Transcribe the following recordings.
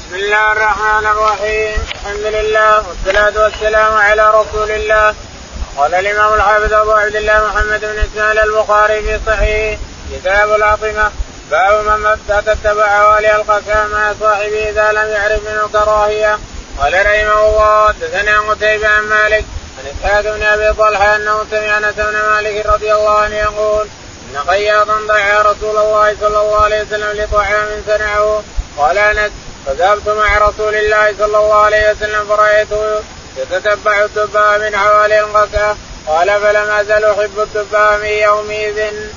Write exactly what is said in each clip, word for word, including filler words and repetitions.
بسم الله الرحمن الرحيم. الحمد لله والصلاة والسلام على رسول الله. قال الإمام الحافظ أبو عبد الله محمد بن إسماعيل البخاري في صحيح كتاب العاصمة باب من متى تتبع ولي القسام مع صاحبه إذا لم يعرف منه كراهية. قال رحمه الله حدثنا قتيبة عن مالك عن إسحاق بن أبي طلحة أنه سمع أنس بن مالك رضي الله عنه يقول إن خياطا دعا رسول الله صلى الله عليه وسلم لطعام صنعه. قال أنس فذهبت مع رسول الله صلى الله عليه وسلم فرأيته يتتبع التباع من حوالي القسام. قال فلم أزل أحب التباع من يومئذ.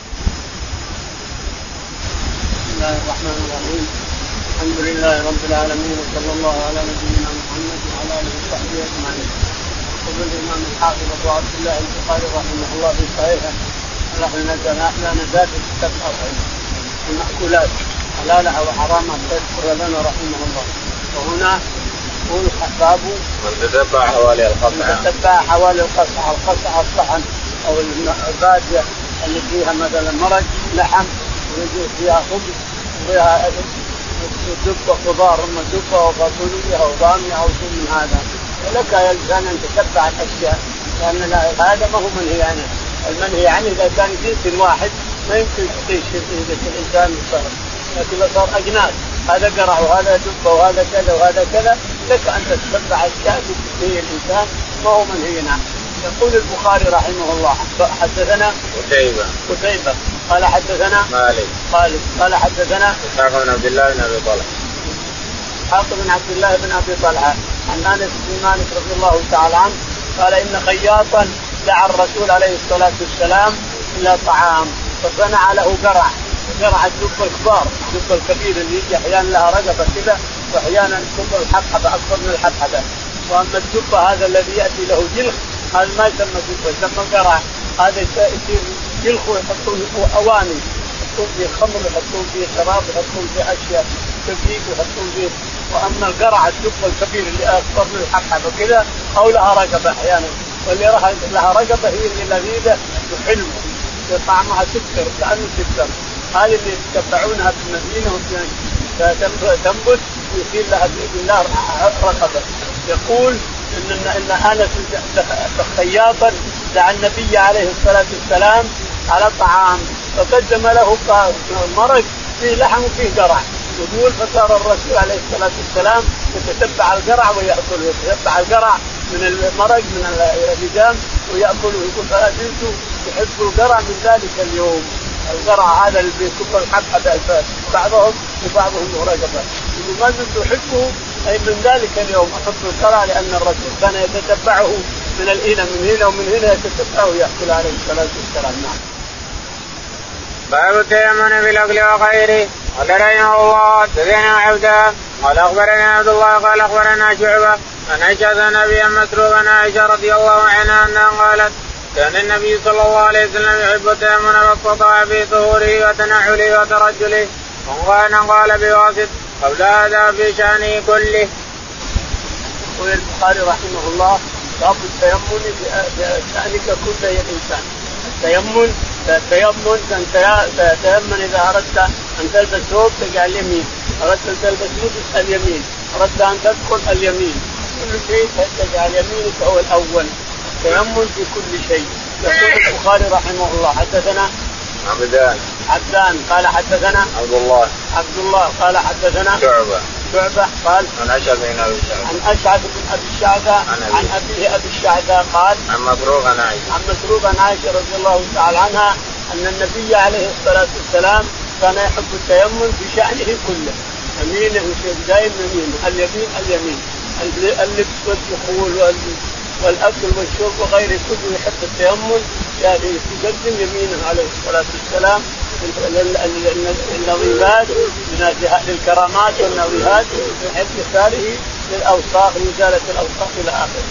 بسم الله الرحمن الرحيم. الحمد لله رب العالمين وصلى الله على نبينا محمد وعلى آله وصحبه أجمعين. يقول الإمام الحافظ أبو عبد الله البخاري رحمه الله في صحيحه نحن لا نزال في كتاب الأطعمة المأكولات حلالها وحرامها تذكر لنا رحمه الله. وهنا يقول باب من تتبع حوالي القصعة من تتبع حوالي القصعة القصعة الصحن أو البادية اللي فيها مثلا مرق لحم ويجي فيها خبز وفيها دبة خضار أما دبة وفاصوليا أو بامية أو شيء من هذا. ولك يا إنسان أن تتبع الأشياء لأن هذا ما هو منهي عنه. المنهي عنه إذا كان جنس واحد ما يمكن تعيش الإنسان يصرف. لكن لو صار أجناس هذا قرع وهذا دبة وهذا كذا وهذا كذا لك أن تتبع أشياء في الإنسان ما هو منهي عنه. يقول البخاري رحمه الله حدثنا قتيبة قتيبة قال حدثنا مالك قال قال حدثنا إسحاق بن عبد الله بن أبي طلحة إسحاق بن عبد الله بن أبي طلحة عن أنس بن مالك رضي الله تعالى عنه قال إن خياطا دعا الرسول عليه الصلاة والسلام إلى طعام فصنع له قرع قرع الدب الكبار الدب الكبير اللي يجي أحيانا لها رقبة كذا وأحيانا تكون الحبحبة أكبر من الحبحبة. وأما الدب هذا الذي يأتي له جلخ هذا ما يسمى دب يسمى قرع. هذا يصير جلخ ويحطون أواني يحطون فيه خمر يحطون فيه شراب يحطون فيه أشياء تبيك يحطون فيه. وأما القرع الدب الكبير اللي أكبر من الحبحبة كذا أو لها رقبة أحيانا واللي لها رقبة هي اللي لذيذة وحلوة طعمها سكر كأنه سكر. هذه اللي يتبعونها في المدينة تنبت ويصير لها بإذن الله رقبة. يقول إن إن أنس خياطا دعا النبي عليه الصلاة والسلام على طعام فقدم له مرق فيه لحم وفيه قرع. يقول فصار الرسول عليه الصلاة والسلام يتتبع القرع ويأكل يتتبع القرع من المرق من اللجام ويأكل. ويقول فلا زلت يحب القرع من ذلك اليوم. القرع هذا اللي بيكون الحبحبة بعضهم وبعضهم رقبة. يقول ما زلت أحبه أي من ذلك اليوم أحب القرع لأن الرسول كان يتتبعه من الهنا من هنا ومن هنا يتتبعه يأكل عليه الصلاة والسلام. نعم. باب التيمم بالأكل وغيره. قال رحمه الله حدثنا عبدان قال أخبرنا عبد الله قال أخبرنا شعبة عن عائشة نبيا مسروقا عن عائشة رضي الله عنها أنها قالت كان النبي صلى الله عليه وسلم يحب التيمم واستطاع في ظهوره وتنعله وترجله. وقال قال بواسط قبل هذا في شأنه كله. يقول البخاري رحمه الله باب التيمم بشأنك كله يا إنسان. التيمم التيمم تيمم إذا أردت أن تلبس ثوب تجعل اليمين أردت أن تلبس لبس اليمين أردت أن تدخل اليمين كل شيء تجعل يمينك هو الأول. التيمم في كل شيء. يقول البخاري رحمه الله حدثنا عبدان عبدان قال حدثنا عبد الله عبد الله قال حدثنا شعبة شعبة قال عن أشعث بن أبي الشعثاء عن أشعث بن أبي الشعثاء عن أبيه أبي الشعثاء قال عن مسروق عن عائشة عن مسروق عن عائشة رضي الله تعالى عنها أن النبي عليه الصلاة والسلام كان يحب التيمم في شأنه كله. يمينه دائما يمينه اليمين اليمين اللبس والدخول والأكل والشرب وغيره كله يحب التيمم يعني يقدم يمينه عليه الصلاة والسلام النظيفات للكرامات والنظيفات يحب يساره للأوساخ لإزالة الأوساخ إلى آخره.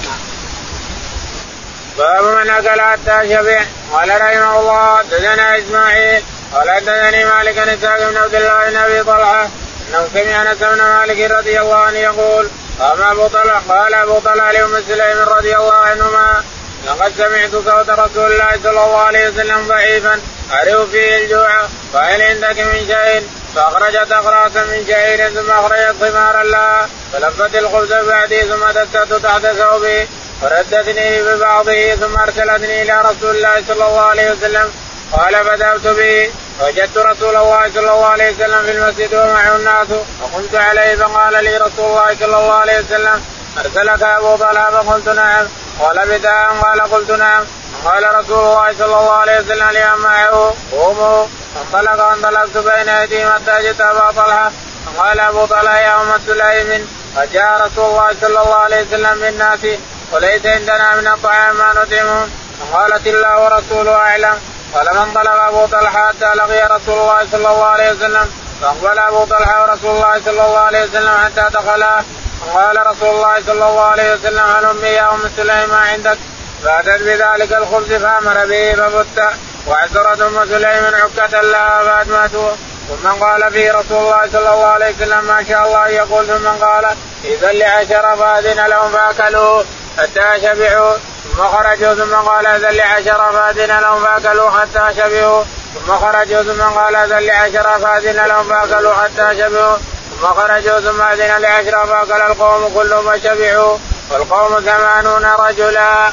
باب من أكل حتى شبع. قال رحمه الله حدثنا إسماعيل قال حدثني مالك بن إسحاق بن عبد الله بن أبي طلحة أنه سمع أنس بن مالك رضي الله عنه يقول قام أبو طلحة قال أبو طلحة لأم سليم رضي الله عنهما لقد سمعت صوت رسول الله صلى الله عليه وسلم ضعيفا أروا فيه الجوع فهل عندك من شيء؟ فأخرجت أقراص من شعير ثم أخرجت ثمارا لها فلفت الخبز بعدي ثم دست تحت ثوبي فردتني ببعضه ثم أرسلتني إلى رسول الله صلى الله عليه وسلم قال فذهبت به وجدت رسول الله صلى الله عليه وسلم في المسجد ومعه الناس فقمت عليه فقال لي رسول الله صلى الله عليه وسلم أرسلك أبو طلحة فقلت نعم قال بداء قال قلت نعم قال رسول الله صلى الله عليه وسلم لمن معه قوموا فانطلق وانطلقت بين أيديهم حتى جئت أبا طلحة قال أبو طلحة يا أم سليم قد جاء رسول الله صلى الله عليه وسلم بالناس وليس عندنا من الطعام ما نطعمهم قالت الله ورسوله أعلم. قال فانطلق أبو طلحة حتى لقي رسول الله صلى الله عليه وسلم فأقبل أبو طلحة ورسول الله صلى الله عليه وسلم حتى دخلا قال رسول الله صلى الله عليه وسلم هل أمي يا أم سليم ما عندك فأتت بذلك الخبز فأمر به فبت وعسرت أم سليم عكة لها فأدمته ثم قال فيه رسول الله صلى الله عليه وسلم ما شاء الله يقول ثم قال إذا لعشر فأذن لهم فأكلوا حتى شبعوا ثم خرجوا ثم قال إذا لعشر فأذن لهم فأكلوا حتى شبعوا ثم خرجوا ثم قال إذا لعشر فأذن لهم فأكلوا حتى شبعوا ثم خرجوا ثم أذن لعشر فأكل القوم كلهم فشبعوا والقوم ثمانون رجلا.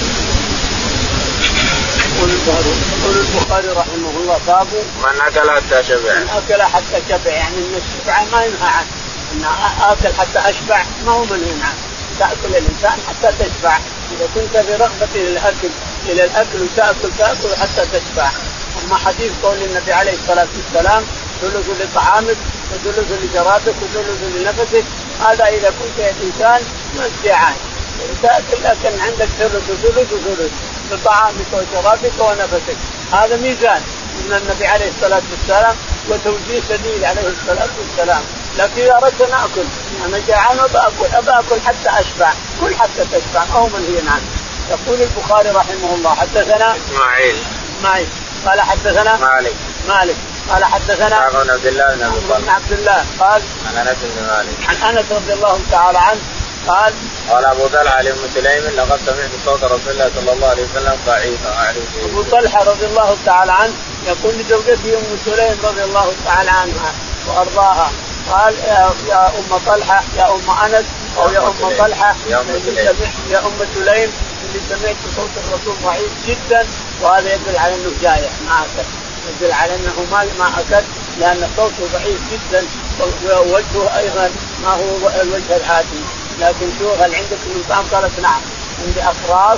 يقول البخاري رحمه الله باب من أكل حتى شبع من أكل حتى شبع يعني من الشبع ما ينهى عنه أن أكل حتى أشبع ما هو منهي عنه تأكل الإنسان حتى تشبع إذا كنت برغبة إلى الأكل إلى الأكل وتأكل تأكل حتى تشبع. أما حديث قول النبي عليه الصلاة والسلام ثلث لطعامك وثلث لشرابك وثلث لنفسك هذا إذا كنت إنسان مجيعان تأكل لكن عندك ثلث وثلث وثلث لطعامك وشرابك ونفسك هذا ميزان من النبي عليه الصلاة والسلام وتوجيه سبيل عليه الصلاة والسلام. لكن إذا أردت أن أكل أنا جعان وبأكل أبأكل حتى أشبع كل حتى تشبع أو من هي نعم. يقول البخاري رحمه الله حدثنا إسماعيل إسماعيل قال حدثنا مالك مالك قال حدثنا عن عبد الله بن عبد الله قال عن أنس بن مالك عن أنس رضي الله تعالى عنه قال قال أبو طلحة لأم سليم لقد سمعت صوت رسول الله صلى الله عليه وسلم ضعيفا. أبو طلحة رضي الله تعالى عنه يقول لزوجته أم سليم رضي الله تعالى عنها وأرضاها قال يا, يا أم طلحة يا أم أنس أو يا أم طلحة يا أم سليم يا أم سليم اللي سمعت صوت الرسول ضعيف جدا وهذا يدل على أنه جايع ما أكل يدل على أنه ما ما أكل لأن صوته ضعيف جدا ووجهه أيضا ما هو الوجه العادي. لكن شو هل عندك من طعام؟ قالت نعم عندي أقراص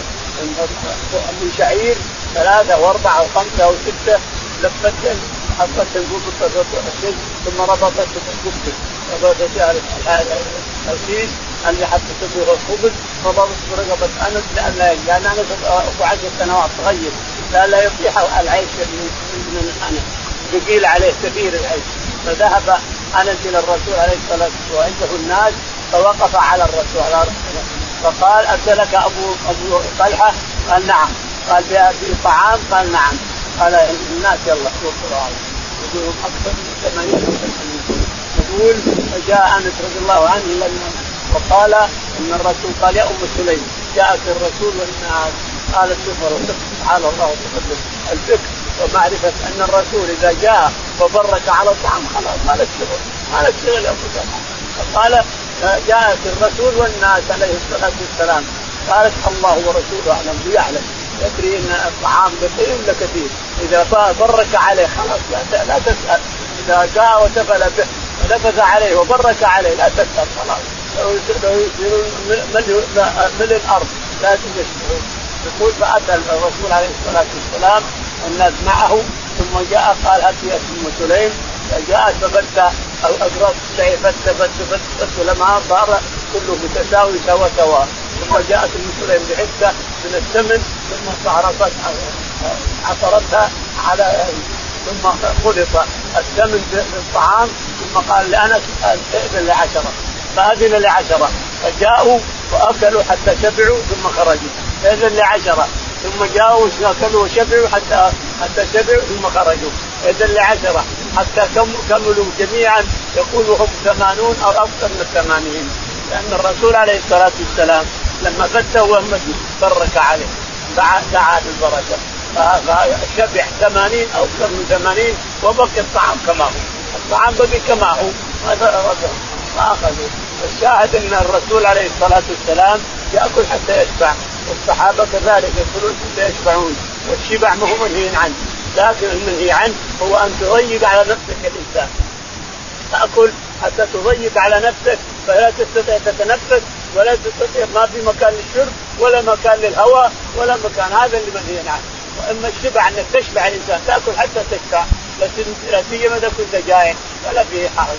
من شعير ثلاثة وأربعة وخمسة وستة لفتن حطت الجبل ثم ربطت الجبل ربطت الكيس اللي حطت فيه الخبز ربطت برقبة أنس لأن لأن أنس أبو عشر سنوات صغير لا لا يطيح العيش من أنس ثقيل عليه كثير العيش. فذهب أنس إلى الرسول عليه الصلاة والسلام وعنده الناس فوقف على الرسول على رسول فقال أكلك أبو أبو طلحة؟ قال نعم. قال في طعام؟ قال نعم. قال الناس يلا شوفوا يقولون أكثر من ثمانين. يقول جاء أنس رضي الله عنه لما وقال إن الرسول قال يا أم سليم جاءك الرسول والناس قال السفر سبحان الله وتقدم الفكر ومعرفة أن الرسول إذا جاء وبرك على الطعام خلاص ما لك شغل ما لك شغل يا أبو طلحة. فقال جاءت الرسول والناس عليه الصلاة والسلام قالت الله ورسوله أعلم ويعلم يدري أن الطعام قليل ولا كثير إذا برك عليه خلاص لا, لا تسأل إذا جاء وتفل به ونفذ عليه وبرك عليه لا تسأل خلاص لو يصير ملء الأرض لا تجسره. يقول فأتى الرسول عليه الصلاة والسلام الناس معه ثم جاء قال أتي أم سليم جاءت فبت أو أقراص شيء فت فت فت فت لما صار كله متساوي سوا سوا. ثم جاءت أم سليم بعدة من السمن ثم صعرت عصرتها على ثم خلط السمن بالطعام ثم قال لأنس ائذن لعشرة فأذن لعشرة فجاءوا وأكلوا حتى شبعوا ثم خرجوا ائذن لعشرة ثم جاءوا وأكلوا وشبعوا حتى حتى شبعوا ثم خرجوا ائذن لعشرة حتى كملوا جميعا يقول هم ثمانون أو أكثر من ثمانين. لأن الرسول عليه الصلاة والسلام لما فتح وهمته برك عليه دعا بالبركة فشبع ثمانين أو أكثر من ثمانين وبقي الطعام كما هو الطعام بقي كما هو ما أخذوا. الشاهد أن الرسول عليه الصلاة والسلام يأكل حتى يشبع، والصحابة كذلك يأكلون حتى يشبعون، والشبع ما هو منهي عنه، لكن المنهي عنه هو أن تضيق على نفسك الإنسان، تأكل حتى تضيق على نفسك فلا تستطيع تتنفس ولا تستطيع، ما في مكان للشرب ولا مكان للهواء ولا مكان، هذا اللي منهي عنه. وإما الشبع أنك تشبع الإنسان، تأكل حتى تشبع، لا سيما إذا كنت جائع ولا فيه حرج.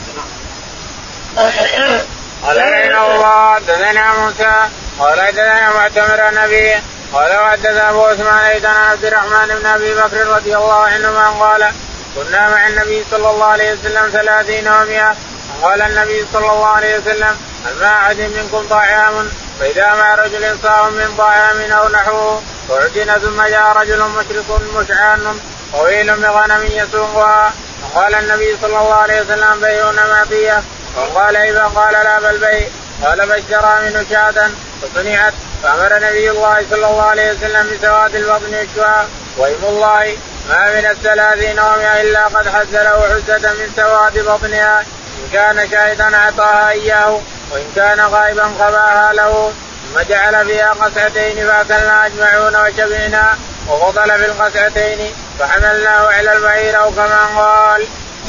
قال رحمه الله دثنا موسى قال دثنا معتمر النبي قال وحدثنا ابو عثمان ايضا عن عبد الرحمن بن ابي بكر رضي الله عنهما قال كنا مع النبي صلى الله عليه وسلم ثلاثين ومئة، قال النبي صلى الله عليه وسلم هل مع احد منكم طعام؟ فاذا مع رجل صاع من طعام او نحوه فعجن، ثم جاء رجل مشرق مشعان طويل بغنم يسوقها، فقال النبي صلى الله عليه وسلم بيعنا معطيه، وقال إذا قال لا بل بيع، قال فاشترى منه شاة فصنعت، فأمر نبي الله صلى الله عليه وسلم بسواد البطن يشوى، وإيم الله ما من الثلاثين ومئة إلا قد حز له حزة من سواد بطنها، إن كان شاهدا أعطاها إياه وإن كان غائبا خباها له، ثم جعل فيها قسعتين فأكلنا أجمعون وشبعنا، وفضل في القسعتين فحملناه على البعير أو كما قال.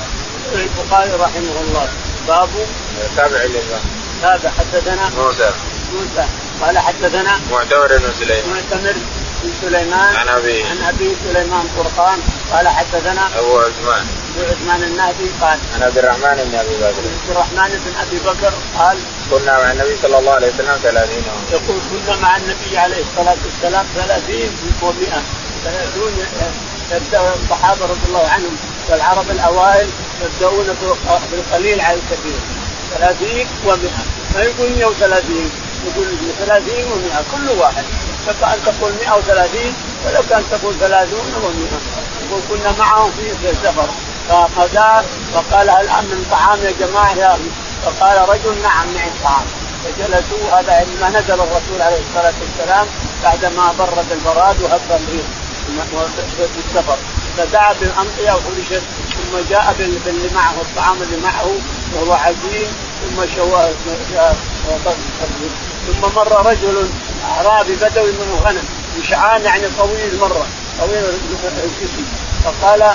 البخاري رحمه الله باب تابع لله. هذا حدثنا موسى موسى قال حدثنا معتمر بن سليمان معتمر بن سليمان عن أبي عن أبي سليمان قرطان قال حدثنا أبو عثمان أبو عثمان النهدي قال عن عبد الرحمن بن أبي بكر عبد الرحمن بن أبي بكر قال كنا مع النبي صلى الله عليه وسلم ثلاثين. يقول كنا مع النبي عليه الصلاة والسلام ثلاثين ومئة، ثلاثون يبدأ الصحابة رضي الله عنهم والعرب الأوائل يبدأون بالقليل على الكثير، ثلاثين ومئة، ما يقول مئة وثلاثين، يقول ثلاثين ومئة كل واحد، فكأن تقول مئة وثلاثين ولو كان تقول ثلاثون ومئة. يقول كنا معهم في سفر فقال فقال هل من طعام يا جماعة يا أخي؟ فقال رجل نعم معي طعام، فجلسوا. هذا عندما نزل الرسول عليه الصلاة والسلام بعدما برد البراد وهب الريح في السفر، فدعا بالأمطية وحرشت، ثم جاء باللي معه الطعام اللي معه وهو عجين، ثم شواه ثم مر رجل أعرابي بدوي من الغنم مشعان يعني طويل مرة طويل الجسم، فقال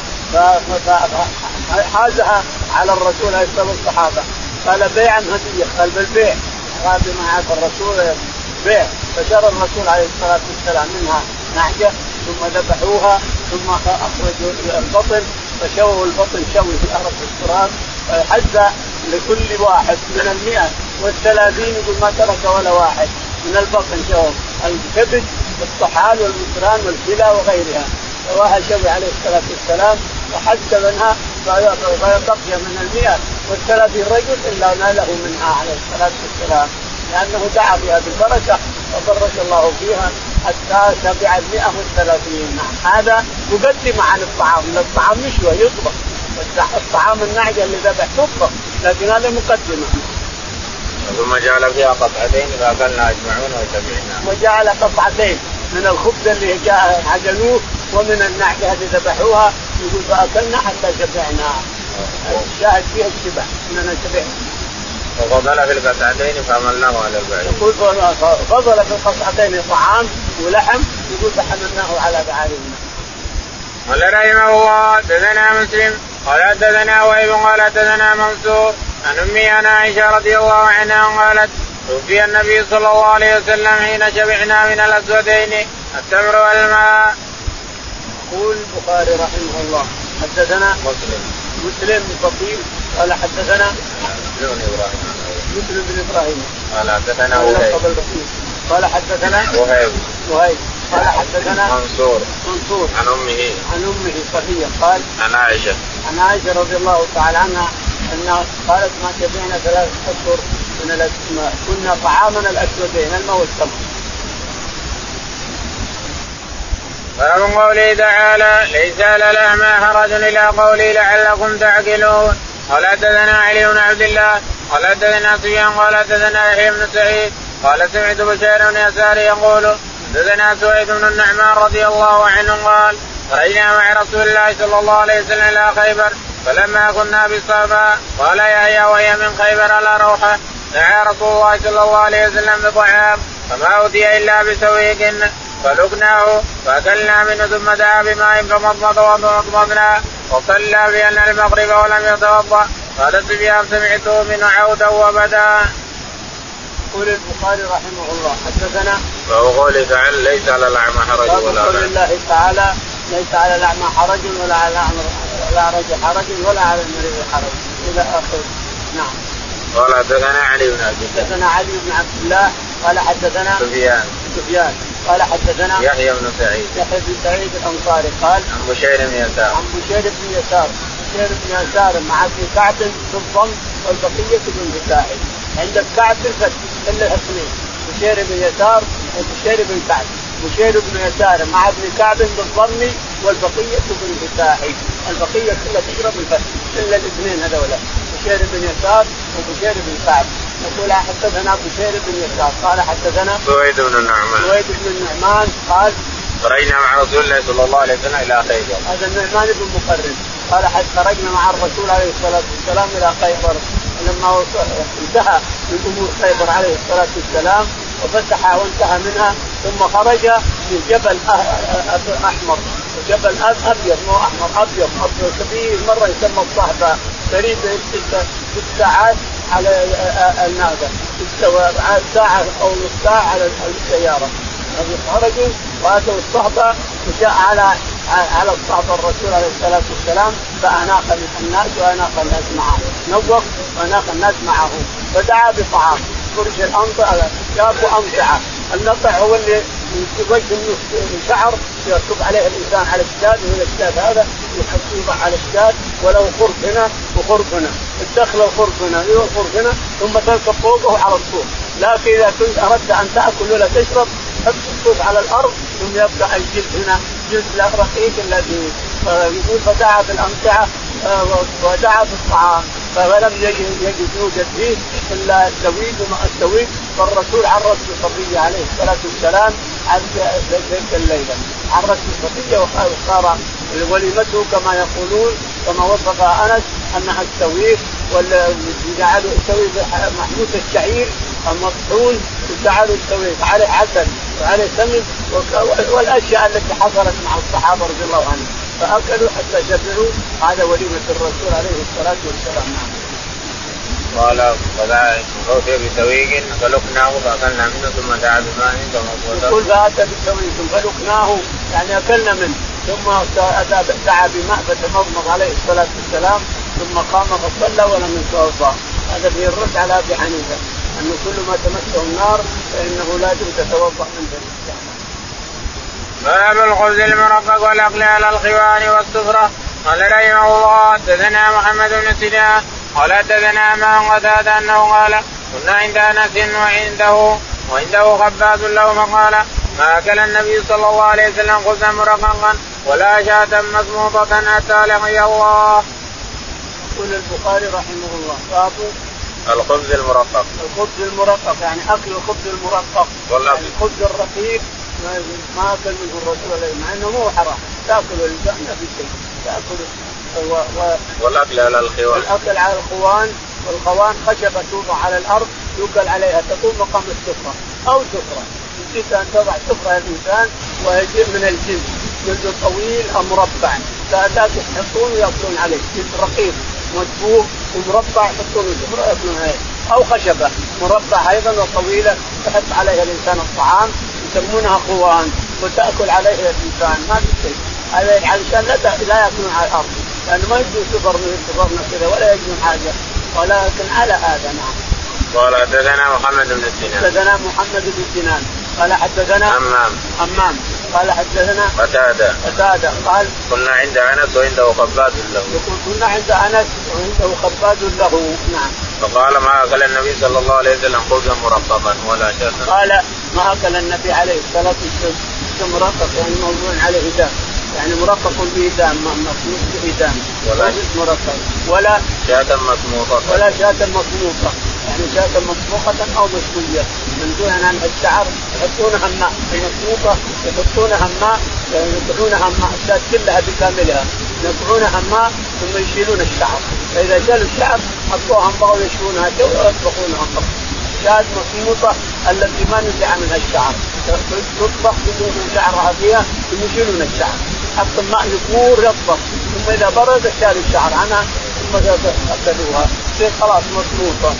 فحازها على الرسول عليه الصلاة والصحابة، قال بيعا هدية، قال بالبيع أعرابي معك الرسول بيع، فشرى الرسول عليه الصلاة والسلام منها نعجة ثم ذبحوها ثم أخرجوا البطن فشووا البطن شوي في الأرض في التراب، حز لكل واحد من المئة والثلاثين يقول ما ترك ولا واحد من البطن شووا الكبد والطحال والمصران والكلى وغيرها، سواها شوي عليه الصلاة والسلام وحز منها فبقي من المئة والثلاثين رجل إلا ناله منها عليه الصلاة والسلام، لأنه دعا بها بالبركة وبرك الله فيها حتى شبع المئة والثلاثين. هذا مقدم عن الطعام، الطعام مشوى يطبخ، الطعام النعجة اللي ذبح تطبخ، لكن هذا مقدمة. ثم جعل فيها قطعتين فأكلنا أجمعون وشبعنا. وجعل قطعتين من الخبز اللي جاء عجنوه ومن النعجة اللي ذبحوها، يقول فأكلنا حتى شبعنا. الشاهد فيها الشبع إننا شبعنا. وفضل في القطعتين فحملناه على البعير. يقول فضل في القطعتين طعام ولحم، يقول فحملناه على بعيرنا. قال رحمه الله دثنا مسلم قال دثنا وهيب قال دثنا منصور عن أمي عن عائشة رضي الله عنها قالت توفي النبي صلى الله عليه وسلم حين شبعنا من الأسودين التمر والماء. يقول البخاري رحمه الله حدثنا مسلم مسلم بن قال حدثنا مسلم بن إبراهيم مسلم بن إبراهيم قال حدثنا وهيب قال حدثنا وهيب وهيب قال حدثنا منصور منصور عن أمه عن أمه صفية قال عن عائشة عن عائشة رضي الله تعالى عنها أنها قالت ما شبعنا ثلاث أشهر من الأسماء كنا طعامنا الأسودين الماء والتمر. فمن قوله تعالى ليس على الأعمى حرج إلى قوله لعلكم تعقلون. قال حدثنا علي بن عبد الله قال حدثنا سفيان قال حدثنا يحيى بن سعيد قال سمعت بشير بن يسار يقول حدثنا سويد بن النعمان رضي الله عنه قال خرجنا مع رسول الله صلى الله عليه وسلم إلى خيبر فلما كنا بالصفا قال يحيى وهي من خيبر لا روحه دعا رسول الله صلى الله عليه وسلم بطعام فما أوتي إلا بسويق فلقناه فأكلنا منه ثم دعا بماء فمضمض ومضمضنا وصلى بأن المغرب ولم يتوضأ. قال سفيان سمعته من عودا وبدا. يقول البخاري رحمه الله حدثنا وقوله تعالى ليس على الأعمى حرج ولا على قول الله تعالى ليس على الأعمى حرج ولا على الأعرج حرج ولا على المريض حرج إلى آخره. نعم. قال حدثنا علي بن عبد الله حدثنا علي بن عبد الله قال حدثنا سفيان سفيان قال حدثنا يحيى بن سعيد يحيى بن سعيد الأنصاري قال عن بشير بن يسار عن بشير بن يسار بشير بن يسار مع ابن كعب بالضم والبقية بالفتاح عندك كعب بالفتح إلا الاثنين بشير بن يسار وبشير بن كعب بشير بن يسار مع ابن كعب بالضم والبقية بالفتاح البقية كلها تقرأ بالفتح إلا الاثنين هذولا بشير بن يسار وبشير بن كعب. يقول حدثنا بشير بن يسار قال حدثنا سويد بن النعمان سويد بن النعمان قال خرجنا مع رسول الله صلى الله عليه وسلم إلى خيبر. هذا النعمان بن مقرن قال حد خرجنا مع الرسول عليه الصلاة والسلام إلى خيبر لما انتهى من أمور خيبر عليه الصلاة والسلام وفتح وانتهى منها ثم خرج في جبل أحمر وجبل أبيض مو أحمر أبيض أبيض كبير مرة يسمى الصحبة قريب ست ساعات على الناقة ساعة أو نص ساعة على السيارة. خرجوا وأتوا الصحبة وجاء على على الصحبة الرسول عليه الصلاة والسلام فأناق الناس وأناق الناس معه نوق وأناق الناس معه فدعا بطعام فرش الأنطع جابوا أمتعة. النطع هو اللي يوجه الشعر يركب عليه الإنسان على الشاد من الشاد هذا يحط على الشاد ولو خرق هنا وخرق هنا الدخل وخرق هنا وخرق هنا ثم تركب فوقه على الصوف. لكن إذا كنت أردت أن تأكل ولا تشرب حط الصوف على الأرض ثم يبقى الجلد هنا جلد رقيق الذي يقول فدعا بالأمتعة ودعا بالطعام فلم يجد يوجد فيه إلا السويد وما السويد فالرسول عرس بصبية عليه الصلاة والسلام عن تلك الليلة عرس بصبية وصار وليمته كما يقولون كما وصف أنس أنها السويد وجعلوا السويد محمود الشعير المطحون وجعلوا السويد عليه عسل وعليه سمن والأشياء التي حصلت مع الصحابة رضي الله عنهم فأكلوا حتى شبعوا. هذا وليمة الرسول عليه الصلاة والسلام. قال فدعا بسويق فلقناه فأكلنا منه ثم دعا بماء فمضمض. يقول فأتى بسويق فلقناه يعني أكلنا منه ثم دعا بماء فتمضمض عليه الصلاة والسلام ثم قام فصلى ولم يتوضأ. هذا في الرد على أبي حنيفة أنه كل ما تمسه النار فإنه لازم تتوضأ من ذلك. باب الخبز المرقق والأكل على الخوان والسفرة. قال رحمه الله حدثنا محمد بن سنان قال حدثنا من قتادة أنه قال كنا عند أنس وعنده وعنده خباز له فقال ما أكل النبي صلى الله عليه وسلم خبزا مرققا ولا شاة مسموطة حتى لقي الله. يقول البخاري رحمه الله باب الخبز المرقق. الخبز المرقق يعني أكل الخبز المرقق يعني الخبز الرقيق ما أكل منه الرسول عليه مع أنه مو حرام تأكل الإنسان ما في شيء تأكل و... و... والأكل على الخوان والأكل على الخوان والخوان خشبة توضع على الأرض يوكل عليها تقوم مقام السفرة أو سفرة يجب أن تضع سفرة الإنسان ويجيب من الجلد جلد طويل أو مربع فأتاك يحطون ويأكلون عليه جلد رقيق مدبوغ ومربع يحطون سفرة يأكلون عليه أو خشبة مربع أيضا وطويلة تحط عليها الإنسان الطعام يسمونها خوان وتأكل عليها الإنسان ما في شيء هذا علشان لا لا يأكلون على الأرض لأنه ما يجوا سفر من سفرنا كذا ولا يجوا حاجة ولكن على هذا. نعم. قال حدثنا محمد بن سنان حدثنا محمد بن سنان قال حدثنا همام همام قال حدثنا قتادة قتادة قال كنا عند أنس وعنده خباز له يقول كنا عند أنس وعنده خباز له. نعم. فقال ما أكل النبي صلى الله عليه وسلم خبزا مرققا ولا شاة. قال ما أكل النبي عليه الصلاة والسلام مرقق يعني موضوع عليه دم يعني مرقق بإدام مصموط بإدام ولا مرقق ولا شاة مسموطة ولا شاة مسموطة يعني شاة مسموقة أو مسمية من دون عن الشعر يحطونها ماء المسموطة يحطونها ماء يحطونها ماء الشاة كلها بكاملها ينقعونها ماء ثم يشيلون الشعر، فإذا شالوا الشعر حطوها بغوا يشيلونها جو ويطبخونها طبخ. شاهد مخيوطة التي ما نزع منها الشعر تطبخ بدون شعرها فيها ثم يشيلون الشعر، حط الماء يفور يطبخ، ثم إذا برد شالوا الشعر عنها ثم أكلوها شيء خلاص مخلوطة.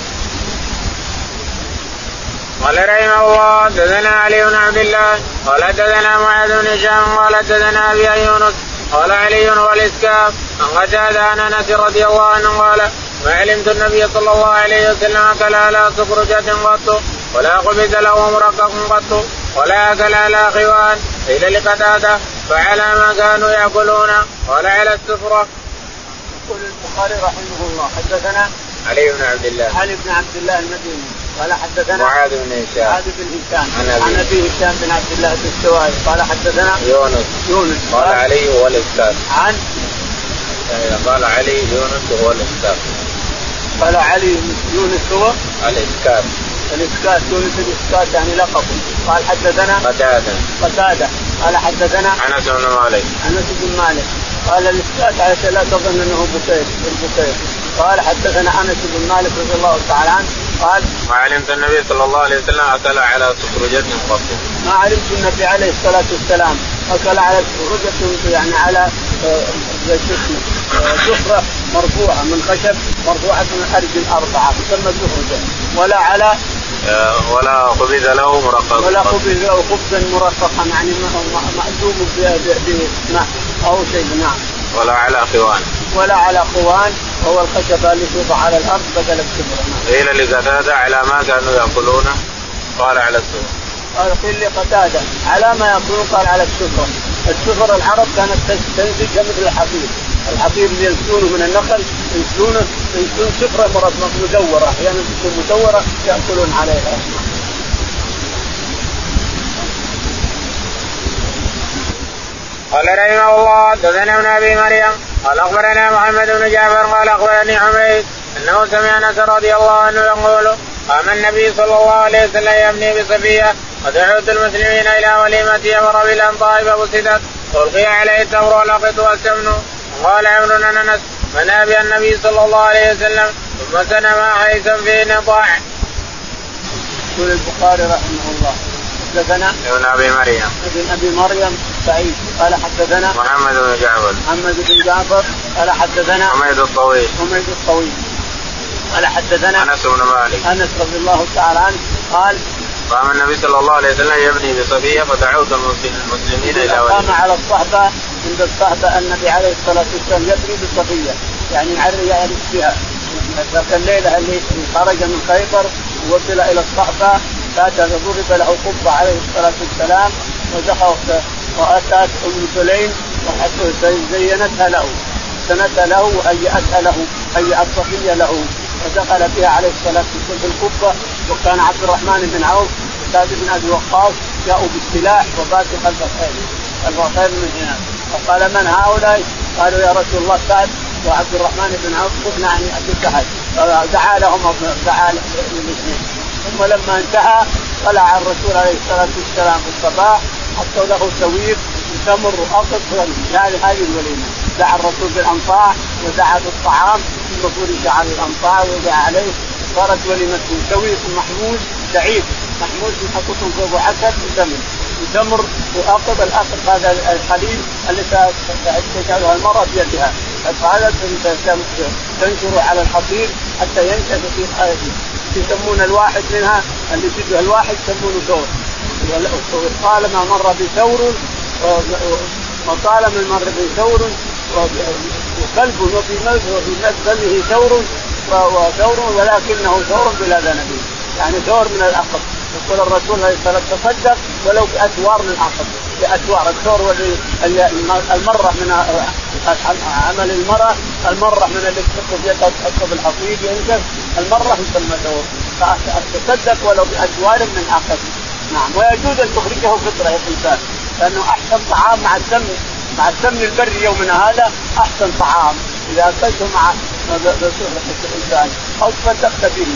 قال رحمه الله حدثنا علي بن عبد الله قال حدثنا معاذ بن هشام قال حدثنا ابي يونس قال علي والاسكاف عن قتادة عن انس رضي الله عنه قال ما علمت النبي صلى الله عليه وسلم اكل على سفرجة قط ولا قبض له مرقق قط ولا اكل على خوان قيل لقتادة فعلى ما كانوا ياكلون قال على السفرة. يقول البخاري رحمه الله حدثنا علي بن عبد الله علي بن عبد الله المديني قال حدثنا معاذ بن هشام معاذ بن هشام عن ابي هشام بن عبد الله الدستوائي قال حدثنا يونس يونس قال علي هو الاسكاف عن قال علي يونس هو الاسكاف قال علي يونس هو الاسكاف الاسكات يونس الاسكات يعني لقب. قال حدثنا قتادة قتادة قال حدثنا انس بن مالك انس بن مالك قال الاسكات على لا تظن انه بكير البكير. قال حدثنا انس بن مالك رضي الله تعالى عنه قال ما علمت النبي صلى الله عليه وسلم اكل على سفرجة قط ما علمت النبي عليه الصلاه والسلام اكل على سفرجة يعني على سفرة مرفوعه من خشب مرفوعه من الارض الاربعه تسمى سفرجة ولا على ولا خبز له مرقق ولا خبز له خبزا مرققا يعني مأدوم بماء او شيء. نعم. ولا على خوان ولا على خوان وهو الخشبة اللي توضع على الأرض بدل السفرة. قيل لقتادة على ما كانوا يأكلون قال على السفرة. قال قيل لقتادة على ما يأكلون قال على السفرة. السفرة العرب كانت تنسج مثل الحصير، الحصير اللي ينسونه من النخل ينسونه ينسون سفرة مدورة أحيانا يعني تكون مدورة يأكلون عليها. قال رحمه الله حدثنا ابن ابي مريم قال اخبرنا محمد بن جعفر قال اخبرني حميد انه سمع انس رضي الله عنه يقول قام النبي صلى الله عليه وسلم يبني بصفيه ودعوت المسلمين الى وليمته امر بالانطاء فبسدت والقي عليه التمر والعقد والسمن. قال عمرو بن انس منى بها النبي صلى الله عليه وسلم ثم سنما حيثا في نطاع. يقول البخاري رحمه الله حدثنا ابن ابي مريم ابن ابي مريم سعيد قال حدثنا محمد بن جعفر محمد بن جعفر قال حدثنا حميد الطويل حميد الطويل قال حدثنا انس بن مالك انس رضي الله تعالى عنه قال قام النبي صلى الله عليه وسلم يبني بصفيه فدعوت المسلمين الى قام على الصحبه عند الصحبه النبي عليه الصلاه والسلام يبني بصفيه يعني يعرف بها. ذاك الليله اللي خرج من خيبر ووصل الى الصحبه فاتى ضرب له قبه عليه الصلاه والسلام ودخل واتت ام سليم وحتى زينتها له سنتها له وهيأتها له هيأت صفيه له ودخل بها عليه الصلاه والسلام في القبه. وكان عبد الرحمن بن عوف وسعد بن ابي وقاص جاءوا بالسلاح وباتوا خلف الخيل الخيل من هنا. فقال من هؤلاء؟ قالوا يا رسول الله سعد وعبد الرحمن بن عوف قلنا عن ابي سعد دعا لهم دعا للاثنين. ثم لما انتهى طلع الرسول عليه الصلاه والسلام في الصباح حطوا له سويق تمر واقط يعني هذه الوليمه. دعا الرسول بالانطاع ودعا بالطعام ثم فرش على الانطاع ووضع عليه صارت وليمه سويق محمود سعيد محمود محطوط فوق عسل وتمر وتمر واقط. الاقط هذا الحليب اللي تجعلها المراه بيدها هذا تنشر على الحصير حتى ينشف في حياته. يسمون الواحد منها اللي تجاه الواحد يسمونه ثور. طالما مر بثور وطالما مر بثور وقلب وفي مدخله ثور وثور ولكنه ثور بلا ذنب يعني ثور من العقب. يقول الرسول عليه الصلاه والسلام تصدق ولو بأثوار من العقب بأثوار. الثور المرة من عمل المرأة المرة من اللي تحط يدها تحطه بالحصيد ينزل المرة يسمى ثور. فتصدق ولو بأثوار من عقب. نعم. ويجوز أن تخرجه فطرة يا إنسان لأنه أحسن طعام مع السمن مع السمن البري يومنا هذا أحسن طعام إذا أكلته مع الإنسان أو تصدقت به.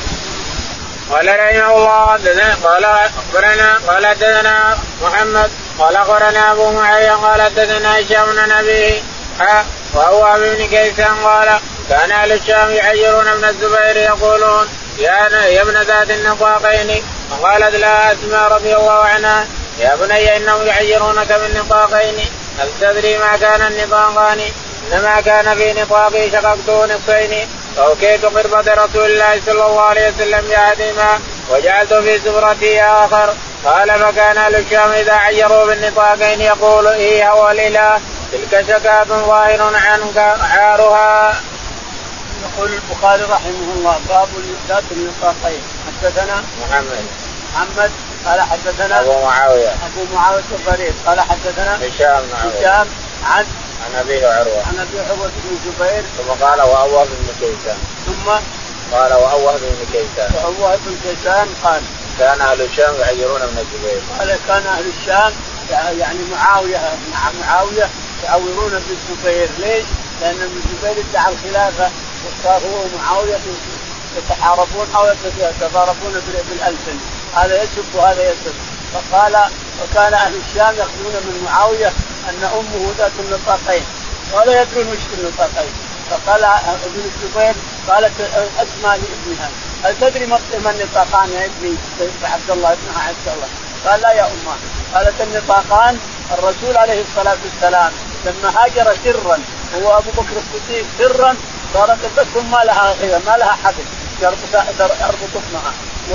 قال رحمه الله قال أخبرنا قال حدثنا محمد قال أخبرنا أبو معاوية قال حدثنا هشام بن أبيه وهو ابن كيسان قال كان أهل الشام يعيرون ابن الزبير يقولون يا ابن ذات النطاقين فقالت لها أسماء رضي الله عنها يا بني إنهم يعيرونك بالنطاقين هل تدري ما كان النطاقان إنما كان في نطاقي شققته نصفين فأوكيت قربة رسول الله صلى الله عليه وسلم بأحدهما وجعلت في زبرتي آخر. قال فكان أهل الشام إذا عيروا بالنطاقين يقول إيه هو الإله تلك شكاة ظاهر عنك عارها. يقول البخاري رحمه الله باب ذات النطاقين. حدثنا محمد محمد قال حدثنا أبو معاوية أبو معاوية الضرير قال حدثنا هشام هشام عن عن أبيه عروة عن أبي عروة بن الزبير ثم قال وأوه بن كيسان ثم قال وأوه بن كيسان وأوه بن كيسان قال كان أهل الشام يعيرون ابن الزبير. قال كان أهل الشام يعني معاوية مع معاوية يعيرون ابن الزبير. ليش؟ لأن ابن الزبير ادعى الخلافة وصار هو ومعاوية يتحاربون أو يتضاربون بالألسن هذا يسب وهذا يسب. فقال وكان أهل الشام يأخذون من معاوية أن أمه ذات النطاقين ولا يدرون وش النطاقين. فقال ابن الزبير قالت أسمى لابنها هل تدري ما النطاقان يا ابني عبد الله ابنها عبد الله؟ قال لا يا أمه. قالت النطاقان الرسول عليه الصلاة والسلام لما هاجر سرا هو أبو بكر الصديق سرا صارت البسهم ما لها ما لها حبل يربط ابنها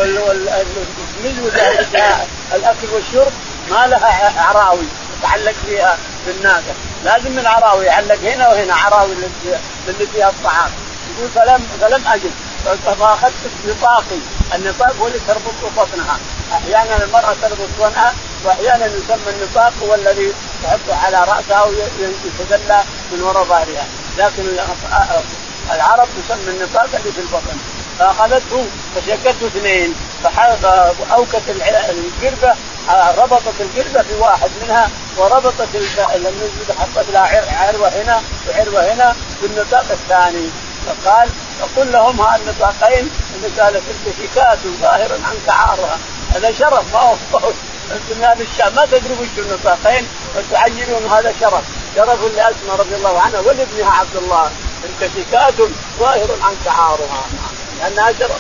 الأكل والشرب ما لها عراوي تعلق فيها بالناقة لازم من عراوي يعلق هنا وهنا عراوي اللي فيها الطعام. يقول فلم فلم أجد فأخذت نطاقي. النطاق هو اللي تربط بطنها. أحيانا المرأة تربط بطنها وأحيانا يسمى النطاق هو الذي تحطه على رأسها ويتدلى من وراء ظهرها. لكن العرب تسمى النطاق اللي في البطن. فأخذته فشكته اثنين فأوكت القربة ربطت القربة في واحد منها وربطت النزل حطت لها عروة هنا وعروة هنا بالنطاق الثاني. فقال فقل لهم ها النطاقين قالت تلك شكاة ظاهر عنك عارها. هذا شرف ما هو انتم يا اهل الشام ما تدروا وش النطاقين وتعيرون هذا شرف شرف لأسماء رضي الله عنها ولابنها عبد الله تلك شكاة ظاهر عنك عارها لأنها شرف.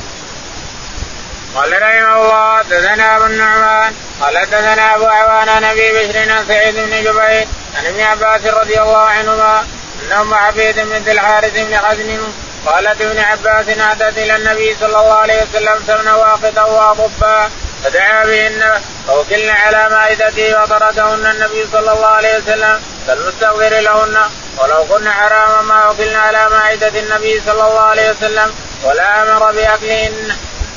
قال رحمه الله حدثنا أبو النعمان قال حدثنا أبو عوان نبي بشر عن سعيد بن جبير عن ابن عباس رضي الله عنهما أن أم عبيد بنت الحارث بن حزن قالت ابن عباس أتت إلى النبي صلى الله عليه وسلم سمن واقدا وأضبا فدعا بهن فوكلن على مائدته وطردهن النبي صلى الله عليه وسلم كالمستغفر لهن ولو كن حراما ما وكلن على مائدة النبي صلى الله عليه وسلم ولا أمر بأكلهن.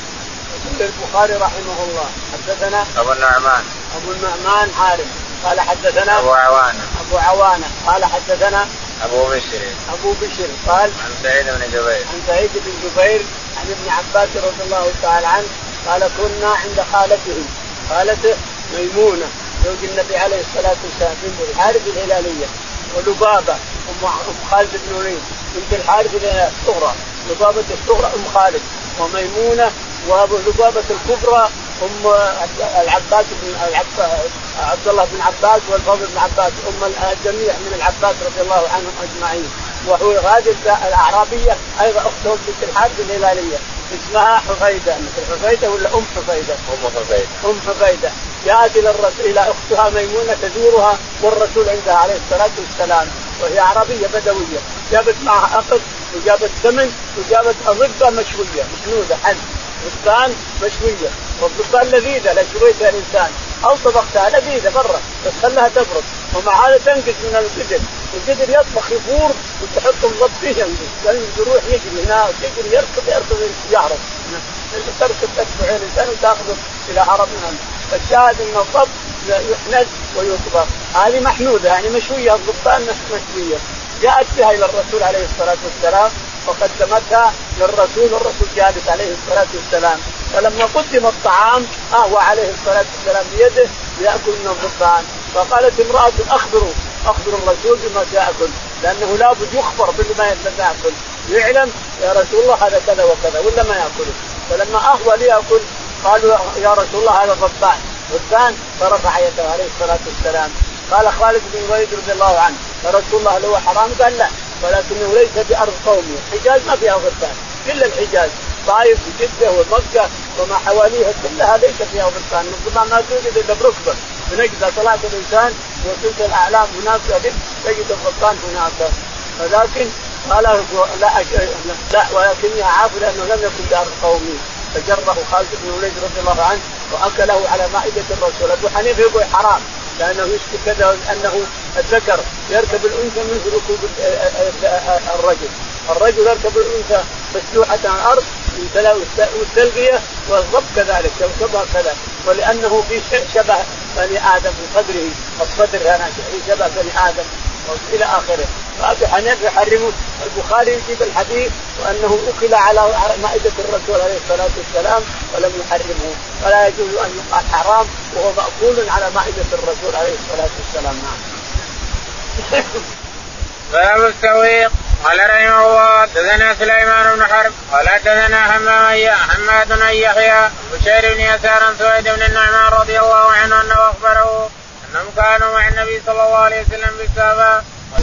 البخاري رحمه الله حدثنا أبو النعمان أبو النعمان حارث قال حدثنا أبو عوانة أبو عوانة قال حدثنا أبو بشر أبو بشر قال عن سعيد بن جبير عن سعيد بن جبير عن ابن عباس رضي الله تعالى عنه قال كنا عند خالته خالته ميمونة زوج النبي عليه الصلاة والسلام بنت الحارث الهلالية ولبابة أم خالد بن وليد بنت الحارث الصغرى لبابة الصغرى أم خالد وميمونة وأبو لبابة الكبرى أم العباس بن عبد الله بن عباس والفضل بن عباس أم الجميع من العباس رضي الله عنهم أجمعين. وهو هذه الأعرابية أيضا أخته بنت الحارث الهلالية اسمها حفيدة مثل حفيدة ولا أم حفيدة؟ أم حفيدة. أم حفيدة جاءت إلى الرسول إلى أختها ميمونة تزورها والرسول عندها عليه الصلاة والسلام وهي عربية بدوية جابت معها أقص وجابت سمن وجابت أضبة مشوية مسنودة حد بستان مشوية والبستان لذيذة لا شويتها الإنسان أو طبختها لذيذة برا بس خلها تبرد ومع هذا تنقص من القدر القدر يطبخ يفور وتحطه مضبطيا يروح يجري هنا يجري يركض يركض يعرف تركض تتبع الإنسان وتأخذه إلى عربنا. فالشاهد أن الضب يحنز ويطبخ هذه محنودة يعني مشوية الضبطان مشوية جاءت بها إلى الرسول عليه الصلاة والسلام وقدمتها للرسول والرسول جالس عليه الصلاة والسلام. فلما قدم الطعام أهوى عليه الصلاة والسلام بيده ليأكل من الضبطان. فقالت امرأة أخبروا أخبروا الرسول بما سيأكل لأنه لابد يخبر بما يأكل يعلم يا رسول الله هذا كذا وكذا ولا ما يأكله. فلما أهوى ليأكل قالوا يا رسول الله هذا ضبطان غربان فرفع يده عليه الصلاة والسلام. قال خالد بن الوليد رضي الله عنه يا رسول الله لو حرام؟ قال لا، ولكنه ليس بأرض قومي. الحجاز ما فيها غربان إلا الحجاز، طائف وجدة ومكة وما حواليها كلها ليس فيها غربان، من ما توجد إلا بركبة من أجل صلاة الإنسان وسلسل الأعلام هناك تجد الغربان هناك. ولكن قال لا, لا ولكني أعاف لأنه لم يكن بأرض قومي. فجره خالد بن الوليد رضي الله عنه وأكله على مائدة الرسول. أبو حنيفة يقول حرام لأنه يشتكي كذا أنه الذكر يركب الأنثى مثل ركوب الرجل، الرجل يركب الأنثى مسلوحة على الأرض والتلقية والضب كذلك يركبها كذا، ولأنه في شبه بني آدم في صدره، الصدر هنا شبه بني آدم إلى آخره. فأبو حنيفة يحرمه. البخاري يجيب الحديث وأنه أكل على مائدة الرسول عليه الصلاة والسلام ولم يحرمه، فلا يجوز أن يقال حرام وهو مأكول على مائدة الرسول عليه الصلاة والسلام. نعم. باب السويق. قال رحمه الله حدثنا سليمان بن حرب قال حدثنا حماد بن يحيى بشير بن يسار سويد بن النعمان رضي الله عنه انه اخبره انهم كانوا مع النبي صلى الله عليه وسلم بالسابا.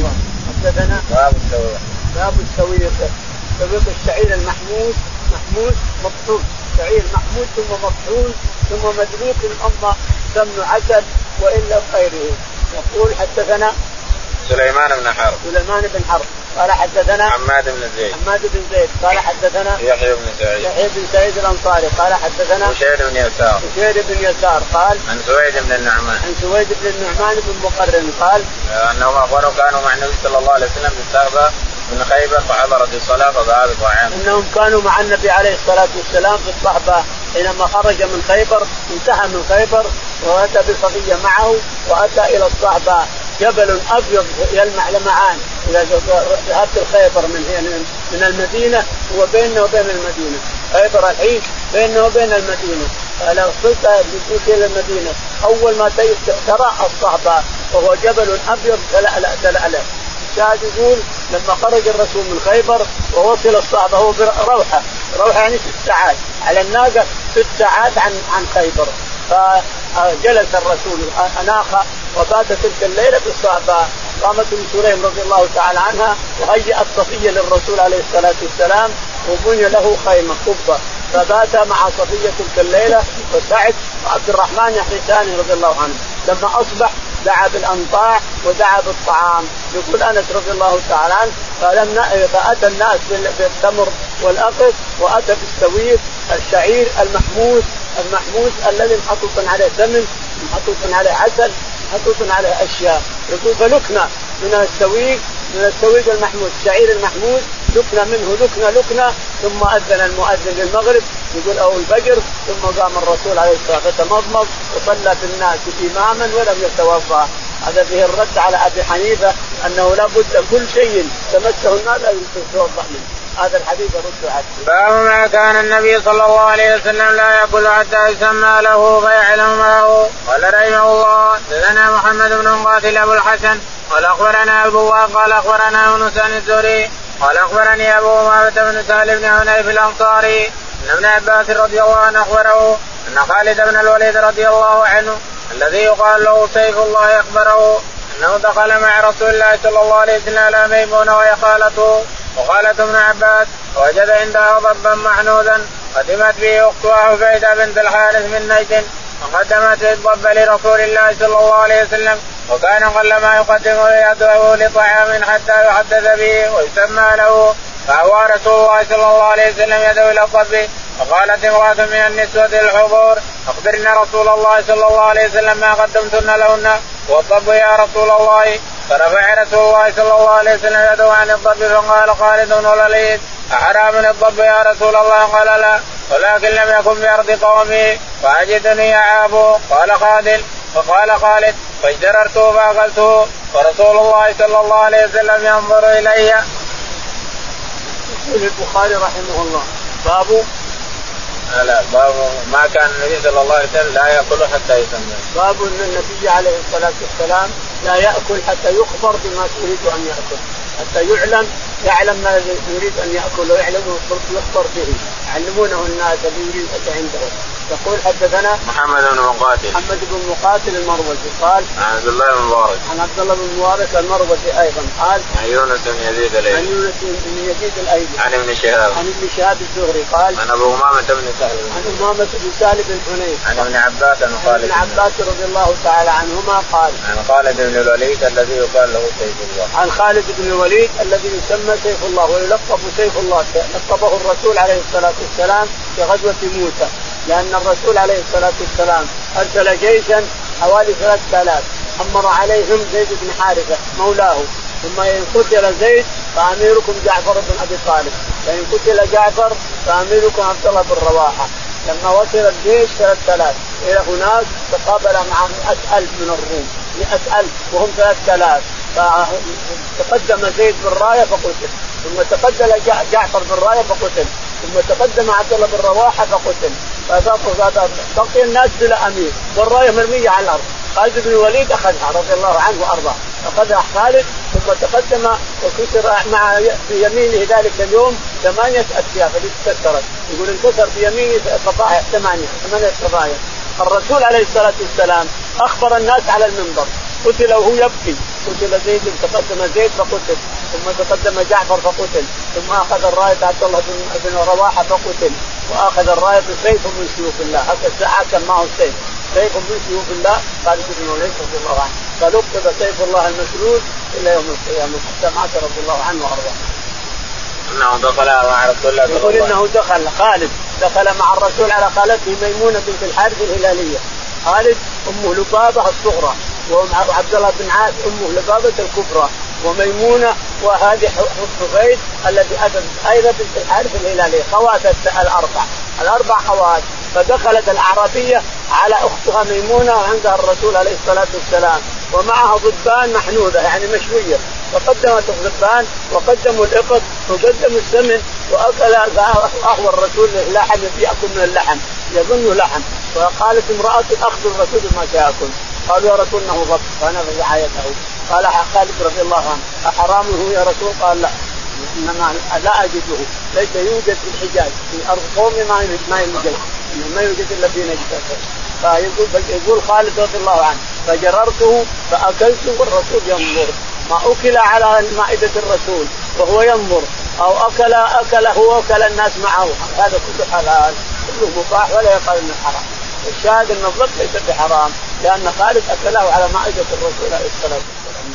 حدثنا باب السويق. باب السويق. سويق الشعير المحمود محمود مطحون، شعير محمود ثم مطحون ثم مدلوق اما سمن عسل والا غيره. يقول حدثنا سليمان بن حرب سليمان بن حرب قال حدثنا حماد بن زيد حماد بن زيد قال حدثنا يحيى بن سعيد يحيى بن سعيد الأنصاري قال حدثنا بشير بن يسار بشير بن يسار قال عن سويد بن النعمان عن سويد بن النعمان بن مقرن قال انهم اخبروا كانوا مع النبي صلى الله عليه وسلم بالصحبه من خيبر فحضرت الصلاه فدعا بطعام. انهم كانوا مع النبي عليه الصلاه والسلام في الصحبه حينما خرج من خيبر، انتهى من خيبر واتى بصفيه معه واتى الى الصحبه، جبل ابيض يلمع لمعان. اذا ذهبت الخيبر من من المدينه هو بيننا وبين المدينه، خيبر الحين بيننا وبين المدينه، فلو وصلت الى المدينه اول ما ترى الصحبه وهو جبل ابيض تلألأ تلألأ. الشاهد يقول لما خرج الرسول من خيبر ووصل الصحبه هو روحه روحه يعني ست ساعات على الناقه، ست ساعات عن عن خيبر. فجلس الرسول اناخ وبات تلك الليله في الصحبه. قامت ام سليم رضي الله تعالى عنها وهيأت صفيه للرسول عليه الصلاه والسلام وبني له خيمه قبه، فبات مع صفيه تلك الليله وسعد وعبد الرحمن يحرسان رضي الله عنه. لما اصبح دعا بالأنطاع ودعا بالطعام. يقول أنس رضي الله تعالى عنه فلم فأتى الناس بالتمر والأقط وأتى بالسويق الشعير المحمود المحمود الذي محطوط عليه سمن محطوط عليه عسل محطوط عليه أشياء. يقول فلكنا من السويق من السويق المحمود الشعير المحمود لكنا منه لكنا لكنا ثم أذن المؤذن للمغرب يقول أو الفجر ثم قام الرسول عليه الصلاة والسلام فتمضمض وصلى بالناس إماما ولم يتوضأ. هذا فيه الرد على أبي حنيفة أنه لا بد كل شيء تمسه الناس لا يتوضأ منه. هذا الحديث رد عليه. باب ما كان النبي صلى الله عليه وسلم لا يأكل حتى يسمى له فيعلم ما هو. قال رحمه الله لنا محمد بن مقاتل أبو الحسن قال أخبرنا أبو قال أخبرنا يونس عن الزهري قال أخبرني أبو أمامة بن سهل بن حنيف الأنصاري أن ابن عباس رضي الله عنه أخبره أن خالد بن الوليد رضي الله عنه الذي يقال له سيف الله أخبره أنه دخل مع رسول الله صلى الله عليه وسلم على ميمونة وهي خالته وقالت ابن عباس وجد عندها ضبا معنودا قدمت به أختها عبيدة بنت الحارث من نجد وقدمت الضب لرسول الله صلى الله عليه وسلم وكان قلما يقدمه يدعوه لطعام حتى يحدث به ويسمى له فأوى رسول الله صلى الله عليه وسلم يده إلى الضب. فقالت امرأة من النسوة الحضور أخبرنا رسول الله صلى الله عليه وسلم ما قدمتن لهن والضب يا رسول الله. فرفع رسول الله صلى الله عليه وسلم يده عن الضب فقال خالد والوليد أحرام الضب يا رسول الله؟ قال لا ولكن لم يكن بأرض قومي فأجدني أعابه. قال خالد فقال خالد فاجتررته فأكلته ورسول الله صلى الله عليه وسلم ينظر إلي. يقول البخاري رحمه الله باب لا باب ما كان النبي صلى الله عليه وسلم لا يأكل حتى يسمى. باب أن النبي عليه الصلاة والسلام لا يأكل حتى يخبر بما تريد أن يأكل حتى يعلم يعلم ما يريد أن يأكل ويعلم يخبر به يعلمونه الناس الذي يريد عندهم. يقول حدثنا محمد بن مقاتل محمد بن مقاتل المروزي قال عن عبد الله بن مبارك عن عبد الله بن مبارك المروزي ايضا قال عن يونس بن يزيد الايلي عن يونس بن يزيد الايلي عن ابن شهاب عن ابن شهاب الزهري قال عن ابو امامه بن سهل عن امامه بن سهل بن حنيف عن ابن عباس عن خالد ابن عباس رضي الله تعالى عنهما قال عن خالد بن الوليد الذي يقال له سيف الله عن خالد بن الوليد الذي يسمى سيف الله ويلقب سيف الله لقبه الرسول عليه الصلاه والسلام في غزوه موسى لان الرسول عليه الصلاه والسلام ارسل جيشا حوالي ثلاثة آلاف أمر عليهم زيد بن حارثة مولاه ثم إن قتل زيد فأميركم جعفر بن أبي طالب فإن قتل جعفر فأميركم عبد الله بن رواحة. لما وصل الجيش ثلاثة آلاف إلى هناك تقابل مع مئة ألف من الروم مئة ألف وهم ثلاثة آلاف فتقدم زيد بالراية فقتل ثم تقدم جعفر بالراية فقتل ثم تقدم عبد الله بن رواحة فقتل بقي الناس بلا أمير والراية مرمية على الأرض. خالد بن الوليد أخذها رضي الله عنه وأرضاه أخذها خالد ثم تقدم وكسر مع بيمينه ذلك اليوم ثمانية أسياف اللي تكسرت يقول انكسر بيمينه قطاع ثمانية ثمانية قطايا. الرسول عليه الصلاة والسلام أخبر الناس على المنبر قتل وهو يبكي قتل زيد تقدم زيد فقتل ثم تقدم جعفر فقتل ثم أخذ الراية عبد الله بن رواحة فقتل وأخذ الراية سيف من سيوف الله حتى معه السيف سيف من سيوف الله قال ابن وليد رضي الله عنه فلقب سيف الله المسلول إلى يوم القيامة حتى مات رضي الله عنه وأرضاه. انه دخل مع رسول الله يقول انه دخل خالد دخل مع الرسول على خالته ميمونة بنت الحارث الهلالية. خالد أمه لبابة الصغرى وعبد الله بن عاص أمه لبابة الكبرى وميمونة وهذه حفيظ الذي أتت أيضا بنت الحارث الهلالية خوات الأربع الأربع خوات. فدخلت الأعرابية على أختها ميمونة وعندها الرسول عليه الصلاة والسلام ومعها ضبان محنوذة يعني مشوية فقدمت الضبان وقدموا الإقط وقدموا السمن وأكل أهوى الرسول لحم يأكل من اللحم يظن لحم. فقالت امرأة أخذ الرسول ما سيأكل قالوا يا رسول انه ضب فانا رعايته. قال خالد رضي الله عنه احرام هو يا رسول؟ قال لا انما لا اجده ليس يوجد في الحجاز في ارض قوم ما ما يوجد ما يوجد الا في نجد. فيقول يقول خالد رضي الله عنه فجررته فاكلته والرسول ينظر ما اكل على مائدة الرسول وهو ينظر او اكل اكل هو وكل الناس معه هذا كله حلال كله مباح ولا يقال انه حرام. الشاهد ان الضب ليس بحرام لان خالد اكله على مائدة الرسول عليه الصلاة والسلام.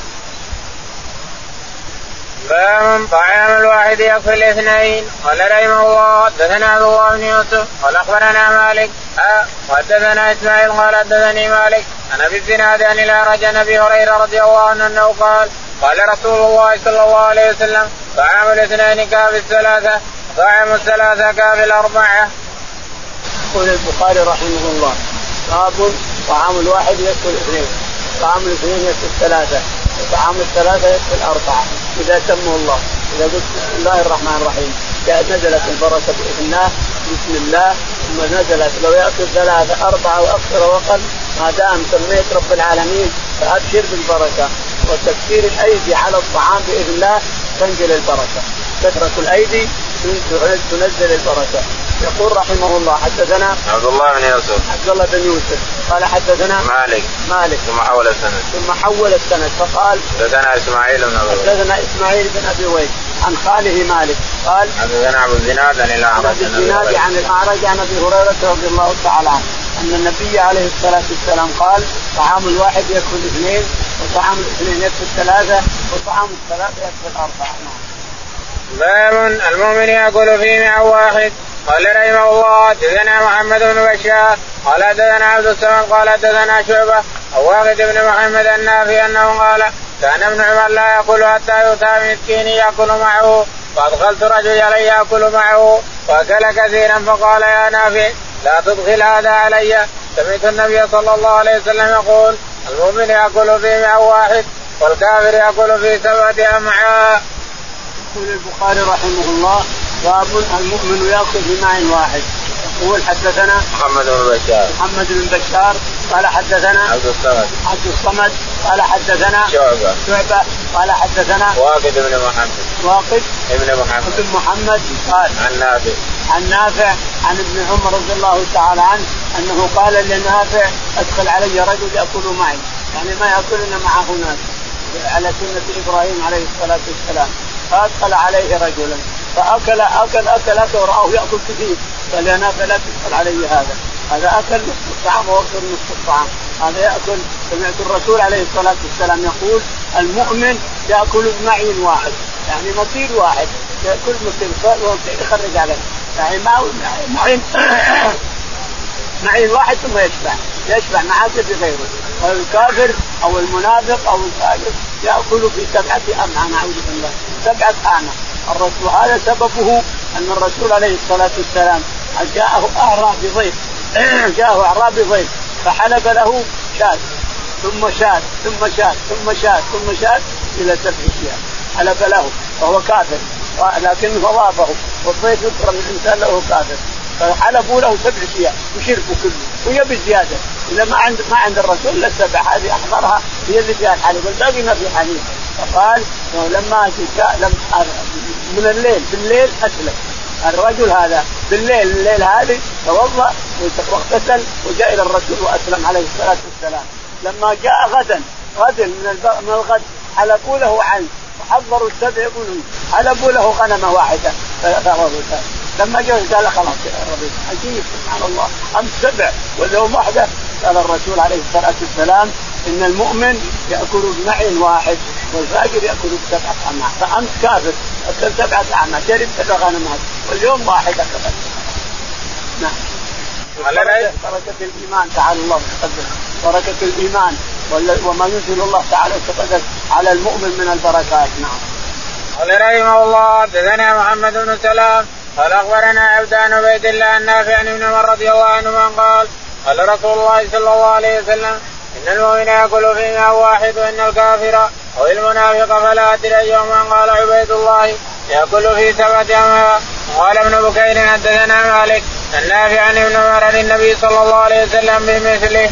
باب طعام الواحد يكفي الاثنين. قال رحمه الله حدثنا عبد الله بن يوسف قال اخبرنا مالك وحدثنا اسماعيل قال حدثني مالك عن ابي الزناد عن الاعرج عن ابي هريره رضي الله عنه انه قال قال رسول الله صلى الله عليه وسلم طعام الاثنين كافي الثلاثه طعام الثلاثه كافي الاربعه. يقول البخاري رحمه الله باب طعام الواحد يكفي الاثنين طعام الاثنين يكفي الثلاثه وطعام الثلاثه يكفي الاربعه اذا سموا الله. اذا قلت بسم الله الرحمن الرحيم نزلت البركه باذن الله بسم الله ثم نزلت لو ياكل ثلاثه اربعه واكثر وقل ما دام سميت رب العالمين فابشر بالبركه. وتكثير الايدي على الطعام باذن الله تنزل البركه كثره الايدي تنزل البركه. يقول رحمه الله حدثنا عبد الله بن يوسف عبد الله بن يوسف قال حدثنا مالك مالك ثم حول السند ثم حول السند فقال حدثنا اسماعيل بن ابي حدثنا اسماعيل بن ابي ويس عن خاله مالك قال حدثنا ابو الزناد عن الاعرج عن الزناد عن الاعرج عن ابي هريره رضي الله تعالى عنه ان النبي عليه الصلاه والسلام قال طعام الواحد يكفي الاثنين وطعام الاثنين يكفي الثلاثه وطعام الثلاثه يكفي الاربعه. باب المؤمن يأكل في مع واحد. قال رحمه الله حدثنا محمد بن بشار قال حدثنا عبد الصمد قال حدثنا شعبة أو واحد بن محمد النافي أنه قال كان ابن عمر لا يأكل حتى يؤتى مسكين يأكل معه فأدخلت رجلا يأكل معه وأكل كثيرا فقال يا نافع لا تدخل هذا علي. سمعت النبي صلى الله عليه وسلم يقول المؤمن يأكل في مع واحد والكافر يأكل في سبعة أمعاء. يقول البخاري رحمه الله باب المؤمن يأكل في ماء واحد. يقول حدثنا محمد بن بشار محمد بن بشار قال حدثنا عبد الصمد عبد الصمد قال حدثنا شعبة شعبة قال حدثنا واقد بن محمد واقد ابن محمد ابن محمد قال عن نافع عن نافع عن ابن عمر رضي الله تعالى عنه أنه قال لنافع أدخل علي رجل يأكل معي، يعني ما يأكلنا معه ناس على سنة إبراهيم عليه الصلاة والسلام. فأدخل عليه رجلا فأكل أكل أكل أكل ورآه يأكل كثير، قال يا نافع لا تدخل علي هذا، هذا أكل نصف الطعام وأكل نصف الطعام، هذا يأكل. سمعت الرسول عليه الصلاة والسلام يقول المؤمن يأكل بمعين واحد، يعني مصير واحد يأكل مصير يخرج عليه، يعني معين معين واحد ثم يشبع يشبع ما عاد بغيره. والكافر أو المنافق أو الفاجر يأكل في سبعة أمعاء، نعوذ بالله، سبعة أمعاء. الرسول هذا سببه أن الرسول عليه الصلاة والسلام جاءه أعرابي ضيف جاءه أعرابي ضيف فحلب له شاة ثم شاة ثم شاة ثم شاة ثم شاة إلى سبع شياه حلب له، وهو كافر لكنه ضافه، والضيف يكرم الإنسان له كافر، فحلبوا له سبع شياه وشربوا كله ويبي زيادة. إذا ما عند ما عند الرسول إلا السبع، هذه أحضرها هي اللي فيها الحليب والباقي ما في حليب. فقال لما لم من الليل بالليل أسلم الرجل هذا، بالليل الليل هذه توضأ واغتسل وجاء إلى الرسول وأسلم عليه الصلاة والسلام. لما جاء غدا غد من الغد حلبوا له عين وحضروا السبع بنون، حلبوا له غنمة واحدة. لما جاء قال خلاص يا ربي عجيب سبحان الله، أمس سبع واليوم واحدة. قال الرسول عليه الصلاة والسلام إن المؤمن يأكل بمعين واحد والفاجر يأكل بسبعة أمعاء. فأمس كافر أكل سبعة أمعاء شرب سبع غنمات واليوم واحد أكل. نعم. بركة الإيمان تعالى الله تقدم، بركة الإيمان وما ينزل الله تعالى تقدم على المؤمن من البركات. نعم. قال رحمه الله حدثنا محمد بن سلام قال أخبرنا عبدان عبيد الله النافع عن ابن عمر رضي الله عنهما قال قال رسول الله صلى الله عليه وسلم إن المؤمن يأكل في إناء واحد وإن الكافر أو المنافق فلا أدري يوما. قال عبيد الله يأكل في سبعة أمعاء. قال ابن بكير حدثنا مالك النافع عن ابن عمر عن النبي صلى الله عليه وسلم بمثله.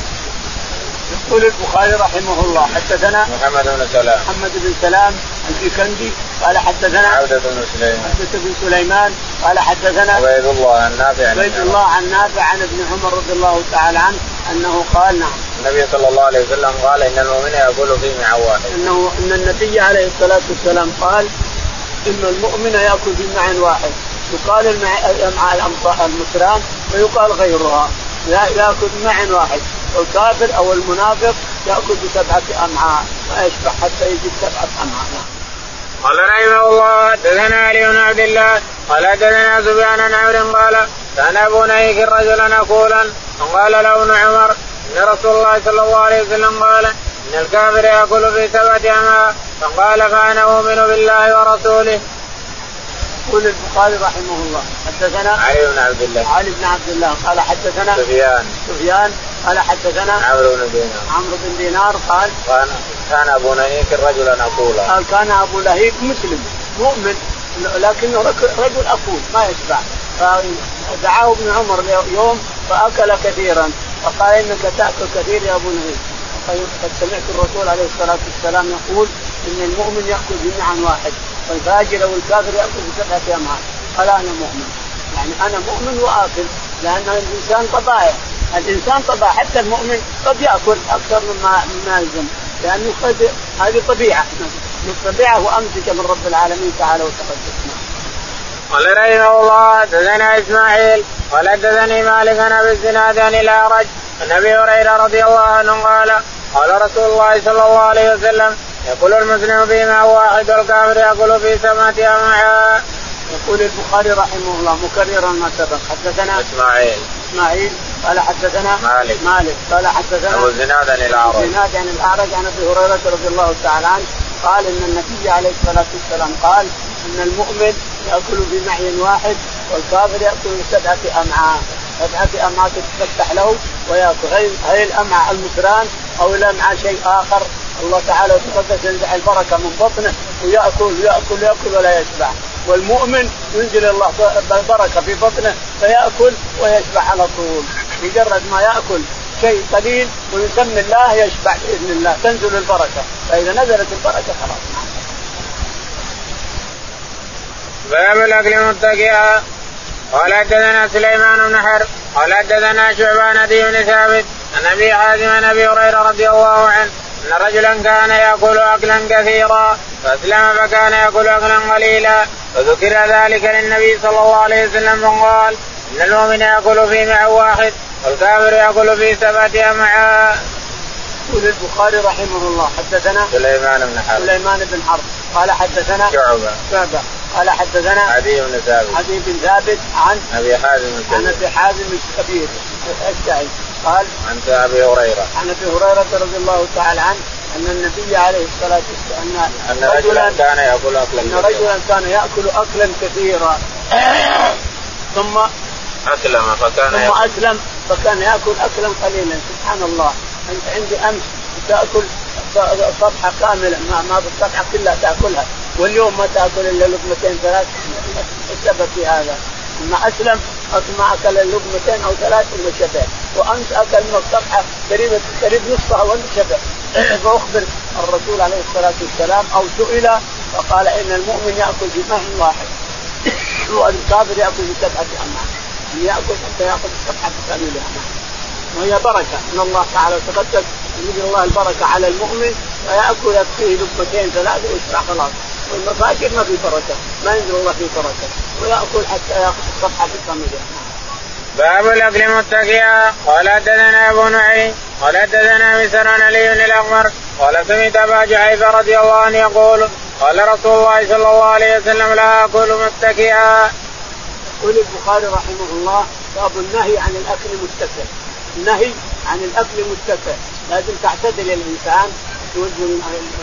يقول البخاري رحمه الله حدثنا محمد بن سلام محمد بن سلام البيكندي قال حدثنا عبدة بن سليمان عبدة بن سليمان قال حدثنا عبيد الله النافع عن عبيد الله عن نافع عن ابن عمر رضي الله تعالى عنه أنه قال نعم النبي صلى الله عليه وسلم قال إن المؤمن يأكل في إناء واحد. إنه إن النبي عليه الصلاة والسلام قال إن المؤمن يأكل في إناء واحد، يقال الأمعاء المسران ويقال غيرها، يأكل بمعن واحد. والكافر أو المنافق يأكل بسبعة أمعاء ما يشبع حتى يجيب سبعة أمعاء. قال رحمه الله حدثنا علي بن عبد الله قال حدثنا سفيان عن عمرو قال كان أبو نهيك رجلا أقولا قال له ابن عمر إن رسول الله صلى الله عليه وسلم قال إن الكافر يأكل في سبعة أمعاء، فقال فأنا أؤمن بالله ورسوله. يقول البخاري رحمه الله حدثنا علي بن عبد الله علي بن عبد الله قال حدثنا سفيان سفيان قال حدثنا عمرو بن دينار عمرو بن دينار قال كان كان أبو نهيك رجلا أقولا قال كان أبو نهيك مسلم مؤمن لكنه رجل أقول ما يشبع، فدعاه ابن عمر يوم فأكل كثيرا فقال إنك تأكل كثير يا أبو نهيك. قد سمعت الرسول عليه الصلاة والسلام يقول إن المؤمن يأكل بمعن واحد والفاجر والكافر يأكل بسبعة أمعاء. قال أنا مؤمن، يعني أنا مؤمن وآكل، لأن الإنسان طبائع، الإنسان طبائع حتى المؤمن قد يأكل أكثر مما مما يلزم، لأنه قد هذه طبيعة من طبيعة وأمسك من رب العالمين تعالى وتقدس. قال رحمه الله حدثنا إسماعيل قال حدثني مالك عن أبي الزناد عن الأعرج عن أبي هريرة رضي الله عنه قال قال رسول الله صلى الله عليه وسلم يأكل المسلم بإناء واحد والكافر يأكل في سبعة أمعاء. يقول البخاري رحمه الله مكررا ما سبق حدثنا إسماعيل إسماعيل قال حدثنا مالك مالك قال حدثنا أبو الزناد عن الأعرج الزناد عن الأعرج عن أبي هريرة رضي الله تعالى عنه قال إن النبي عليه الصلاة والسلام قال إن المؤمن يأكل بمعين واحد والكافر يأكل بسبعة أمعاء، سبعة أمعاء تتفتح له ويأكل. هي الأمعاء المسران أو الأمعاء شيء آخر، الله تعالى تقدس ينزع البركة من بطنه ويأكل يأكل يأكل ولا يشبع. والمؤمن ينزل الله البركة في بطنه فيأكل ويشبع على طول، مجرد ما يأكل شيء قليل ويسمي الله يشبع بإذن الله تنزل البركة، فإذا نزلت البركة خلاص. باب الأكل متكئا. قال حدثنا سليمان بن حرب قال حدثنا شعبان بن ثابت عن ابي حازم عن ابي هريره رضي الله عنه ان رجلا كان ياكل اكلا كثيرا فاسلم فكان ياكل اكلا قليلا فذكر ذلك للنبي صلى الله عليه وسلم فقال ان المؤمن ياكل في معه واحد والكافر ياكل في سبعه امعاء. يقول البخاري رحمه الله حدثنا سليمان بن حرب سليمان بن حرب قال حدثنا شعبة شعبة قال حدثنا عدي بن ثابت عدي بن ثابت عن ابي حازم عن ابي حازم الكبير الشعبي قال عن ابي هريره عن ابي هريره رضي الله تعالى عنه ان النبي عليه الصلاه والسلام ان رجلا كان ياكل اكلا ان رجلا كان ياكل اكلا كثيرا ثم اسلم فكان ثم يأكل. اسلم فكان ياكل اكلا قليلا. سبحان الله انت عندي امس تاكل صفحه كامله ما ما بالصفحه كلها تاكلها واليوم ما تاكل الا لقمتين ثلاث. السبب في هذا لما اسلم ما اكل لقمتين او ثلاث من شبع وامس اكل من الصفحه قريبه قريب نصفها وانت شبع. فاخبر الرسول عليه الصلاه والسلام او سئل فقال ان المؤمن ياكل بماء واحد والكافر ياكل بسبعه امعاء ياكل حتى ياكل الصفحه كامله وهي بركه من الله تعالى تقدس يجعل الله البركه على المؤمن وياكل فيه لقمتين ثلاثه ويشبع خلاص. والمفاكر ما في بركه ما ينزل الله فيه بركه وياكل حتى ياكل الصفحه كامله. باب الاكل متكئا. قال حدثنا ابو نعيم قال حدثنا مسر عن علي بن الاقمر قال سمعت ابا جحيفه رضي الله عنه يقول قال رسول الله صلى الله عليه وسلم لا اكل متكئا. يقول البخاري رحمه الله باب النهي عن الاكل متكئا. النهي عن الاكل متكئا لازم تعتدل الانسان توزن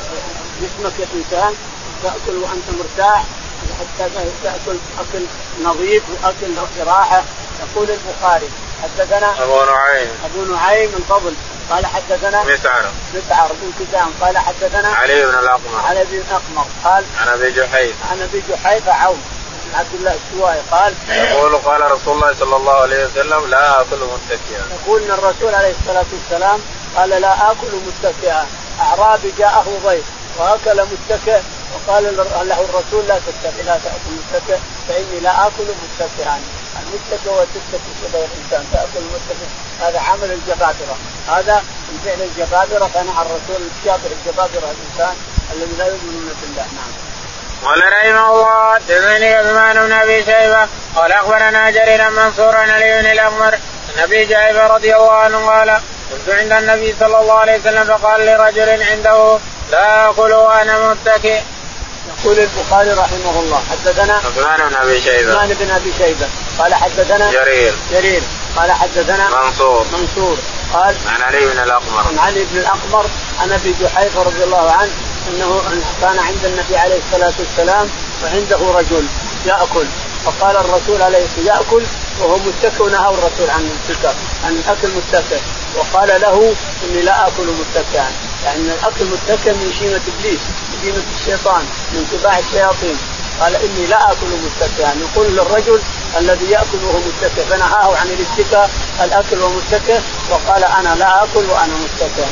جسمك يا انسان تاكل وانت مرتاح حتى تاكل اكل نظيف واكل راحه. يقول البخاري حدثنا ابو نعيم ابو نعيم من فضل قال حدثنا مسعر مسعر بن كدام قال حدثنا علي بن الاقمر علي بن الاقمر قال عن ابي جحيفه عن ابي جحيفه عون عبد الله السوائي قال يقول قال رسول الله صلى الله عليه وسلم لا اكل متكئا. يقول ان الرسول عليه الصلاه والسلام قال لا اكل متكئا. اعرابي جاءه ضيف واكل متكئ وقال له الرسول لا تتكئ لا تاكل متكئ فاني لا اكل متكئا. المتكئ وتتكئ كذا الانسان تاكل متكئ هذا عمل الجبابره هذا من فعل الجبابره فنهى الرسول الشاطر الجبابره الانسان الذي لا يؤمنون بالله. نعم. قال رحمه الله حدثني عثمان بن ابي شيبه قال اخبرنا جرير منصور عن علي بن الاقمر عن ابي جحيفه رضي الله عنه قال كنت عند النبي صلى الله عليه وسلم فقال لرجل عنده لا اكل وانا متكئ. يقول البخاري رحمه الله حدثنا عثمان بن ابي شيبه عثمان بن ابي شيبه قال حدثنا جرير جرير قال حدثنا منصور منصور قال عن علي بن الاقمر عن علي بن الاقمر عن ابي جحيفه رضي الله عنه انه كان عند النبي عليه الصلاه والسلام وعنده رجل ياكل فقال الرسول عليه الصلاه ياكل وهو متكئ ونهى الرسول عن الاتكاء عن الاكل متكئ وقال له اني لا اكل متكئا يعني الاكل متكئ من شيمه ابليس شيمه الشيطان من تباع الشياطين. قال اني لا اكل متكئا يقول للرجل الذي ياكل وهو متكئ فنهاه عن الاتكاء الاكل ومتكئ وقال انا لا اكل وانا متكئ.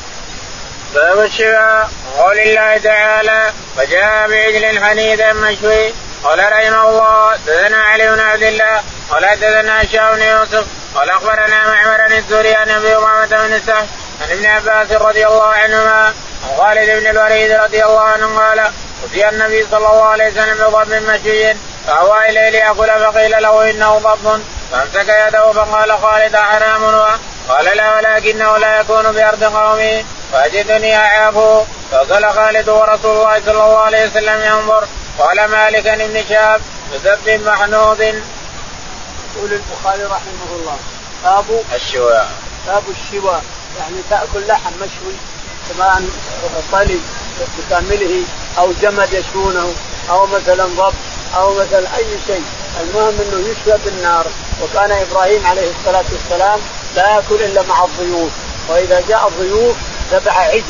باب الشفاء. قول الله تعالى وجاء بعجل حنيذ مشوي. قال رحمه الله حدثنا علي بن عبد الله قال حدثنا هشام بن يوسف قال اخبرنا معمر بن الزهري عن ابي امامه بن سهل عن ابن عباس رضي الله عنهما عن خالد بن الوليد رضي الله عنه قال أتي النبي صلى الله عليه وسلم بضب مشوي فأوى إليه ليأكل فقيل له إنه ضب فامسك يده فقال خالد حرام قال لا ولكنه لا يكون بأرض قومي فأجدني أعافه فقال خالد ورسول الله صلى الله عليه وسلم ينظر. قال مالك بن شهاب بذب محنوذ. يقول البخاري رحمه الله باب الشواء. باب الشواء يعني تأكل لحم مشوي سواء طلي بكامله أو جمد يشوونه أو مثلا ضب أو مثلا أي شيء المهم أنه يشوى بالنار. وكان إبراهيم عليه الصلاة والسلام لا يأكل إلا مع الضيوف وإذا جاء الضيوف ذبح عجل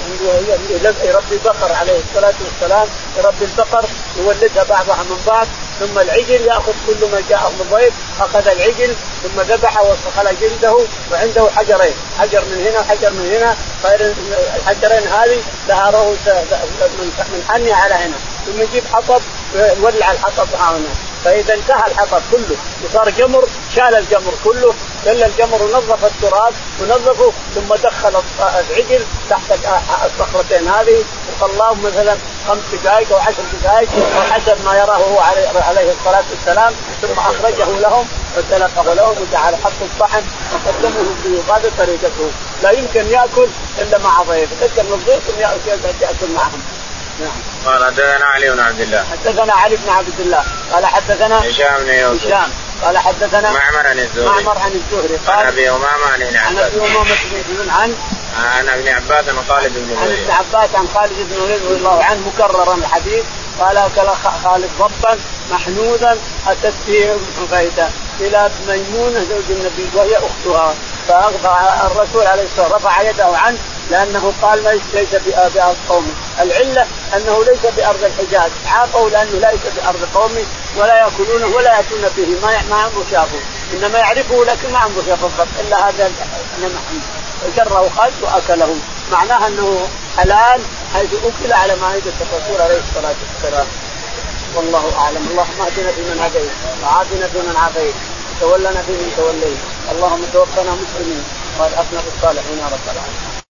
يربي بقر عليه الصلاة والسلام يربي البقر يولدها بعضها من بعض ثم العجل يأخذ كل ما جاء من ضيف أخذ العجل ثم ذبحه وصقل جلده وعنده حجرين حجر من هنا وحجر من هنا غير الحجرين هذه لها رؤوس من حني على هنا ثم يجيب حطب يولع الحطب هنا فإذا انتهى الحطب كله وصار جمر شال الجمر كله، شل الجمر ونظف التراب ونظفه، ثم دخل العجل تحت الصخرتين هذه وخلاه مثلا خمس دقائق أو عشر دقائق حسب ما يراه هو عليه الصلاة والسلام، ثم أخرجه لهم وسلقه لهم وجعل حط الطحن وقدمه فيه. هذه طريقته، لا يمكن يأكل إلا مع ضيف، تذكر من الضيف يأكل معهم. نعم. قال حدثنا علي بن عبد الله حدثنا علي بن عبد الله قال حدثنا هشام بن يوسف هشام قال حدثنا معمر عن الزهري معمر عن الزهري عن ابي امامه عن ابن عن عباس ابي امامه بن عن عن ابن عباس عن خالد بن عن ابن عباس عن خالد بن وليد رضي الله عنه مكررا الحديث قال اكل خالد ضبا محنوذا اتت به حفيده الى ميمونه زوج النبي وهي اختها، فالرسول عليه الصلاه والسلام رفع يده عنه لأنه قال ليس بأرض قومي. العلة أنه ليس بأرض الحجاز، عاقوا لأنه ليس بأرض قومي ولا يأكلونه ولا يأتون به، ما ما عمره شافه، إنما يعرفه لكن ما عمره شافه بالضبط إلا هذا المحمد، فجره خالد وأكله، معناها أنه حلال حيث أكل على مائدة الرسول عليه الصلاة والسلام. والله أعلم. اللهم اهدنا فيمن هديت وعافنا فيمن عافيت وتولنا فيمن توليت، اللهم توفنا مسلمين وألحقنا بالصالحين يا رب العالمين.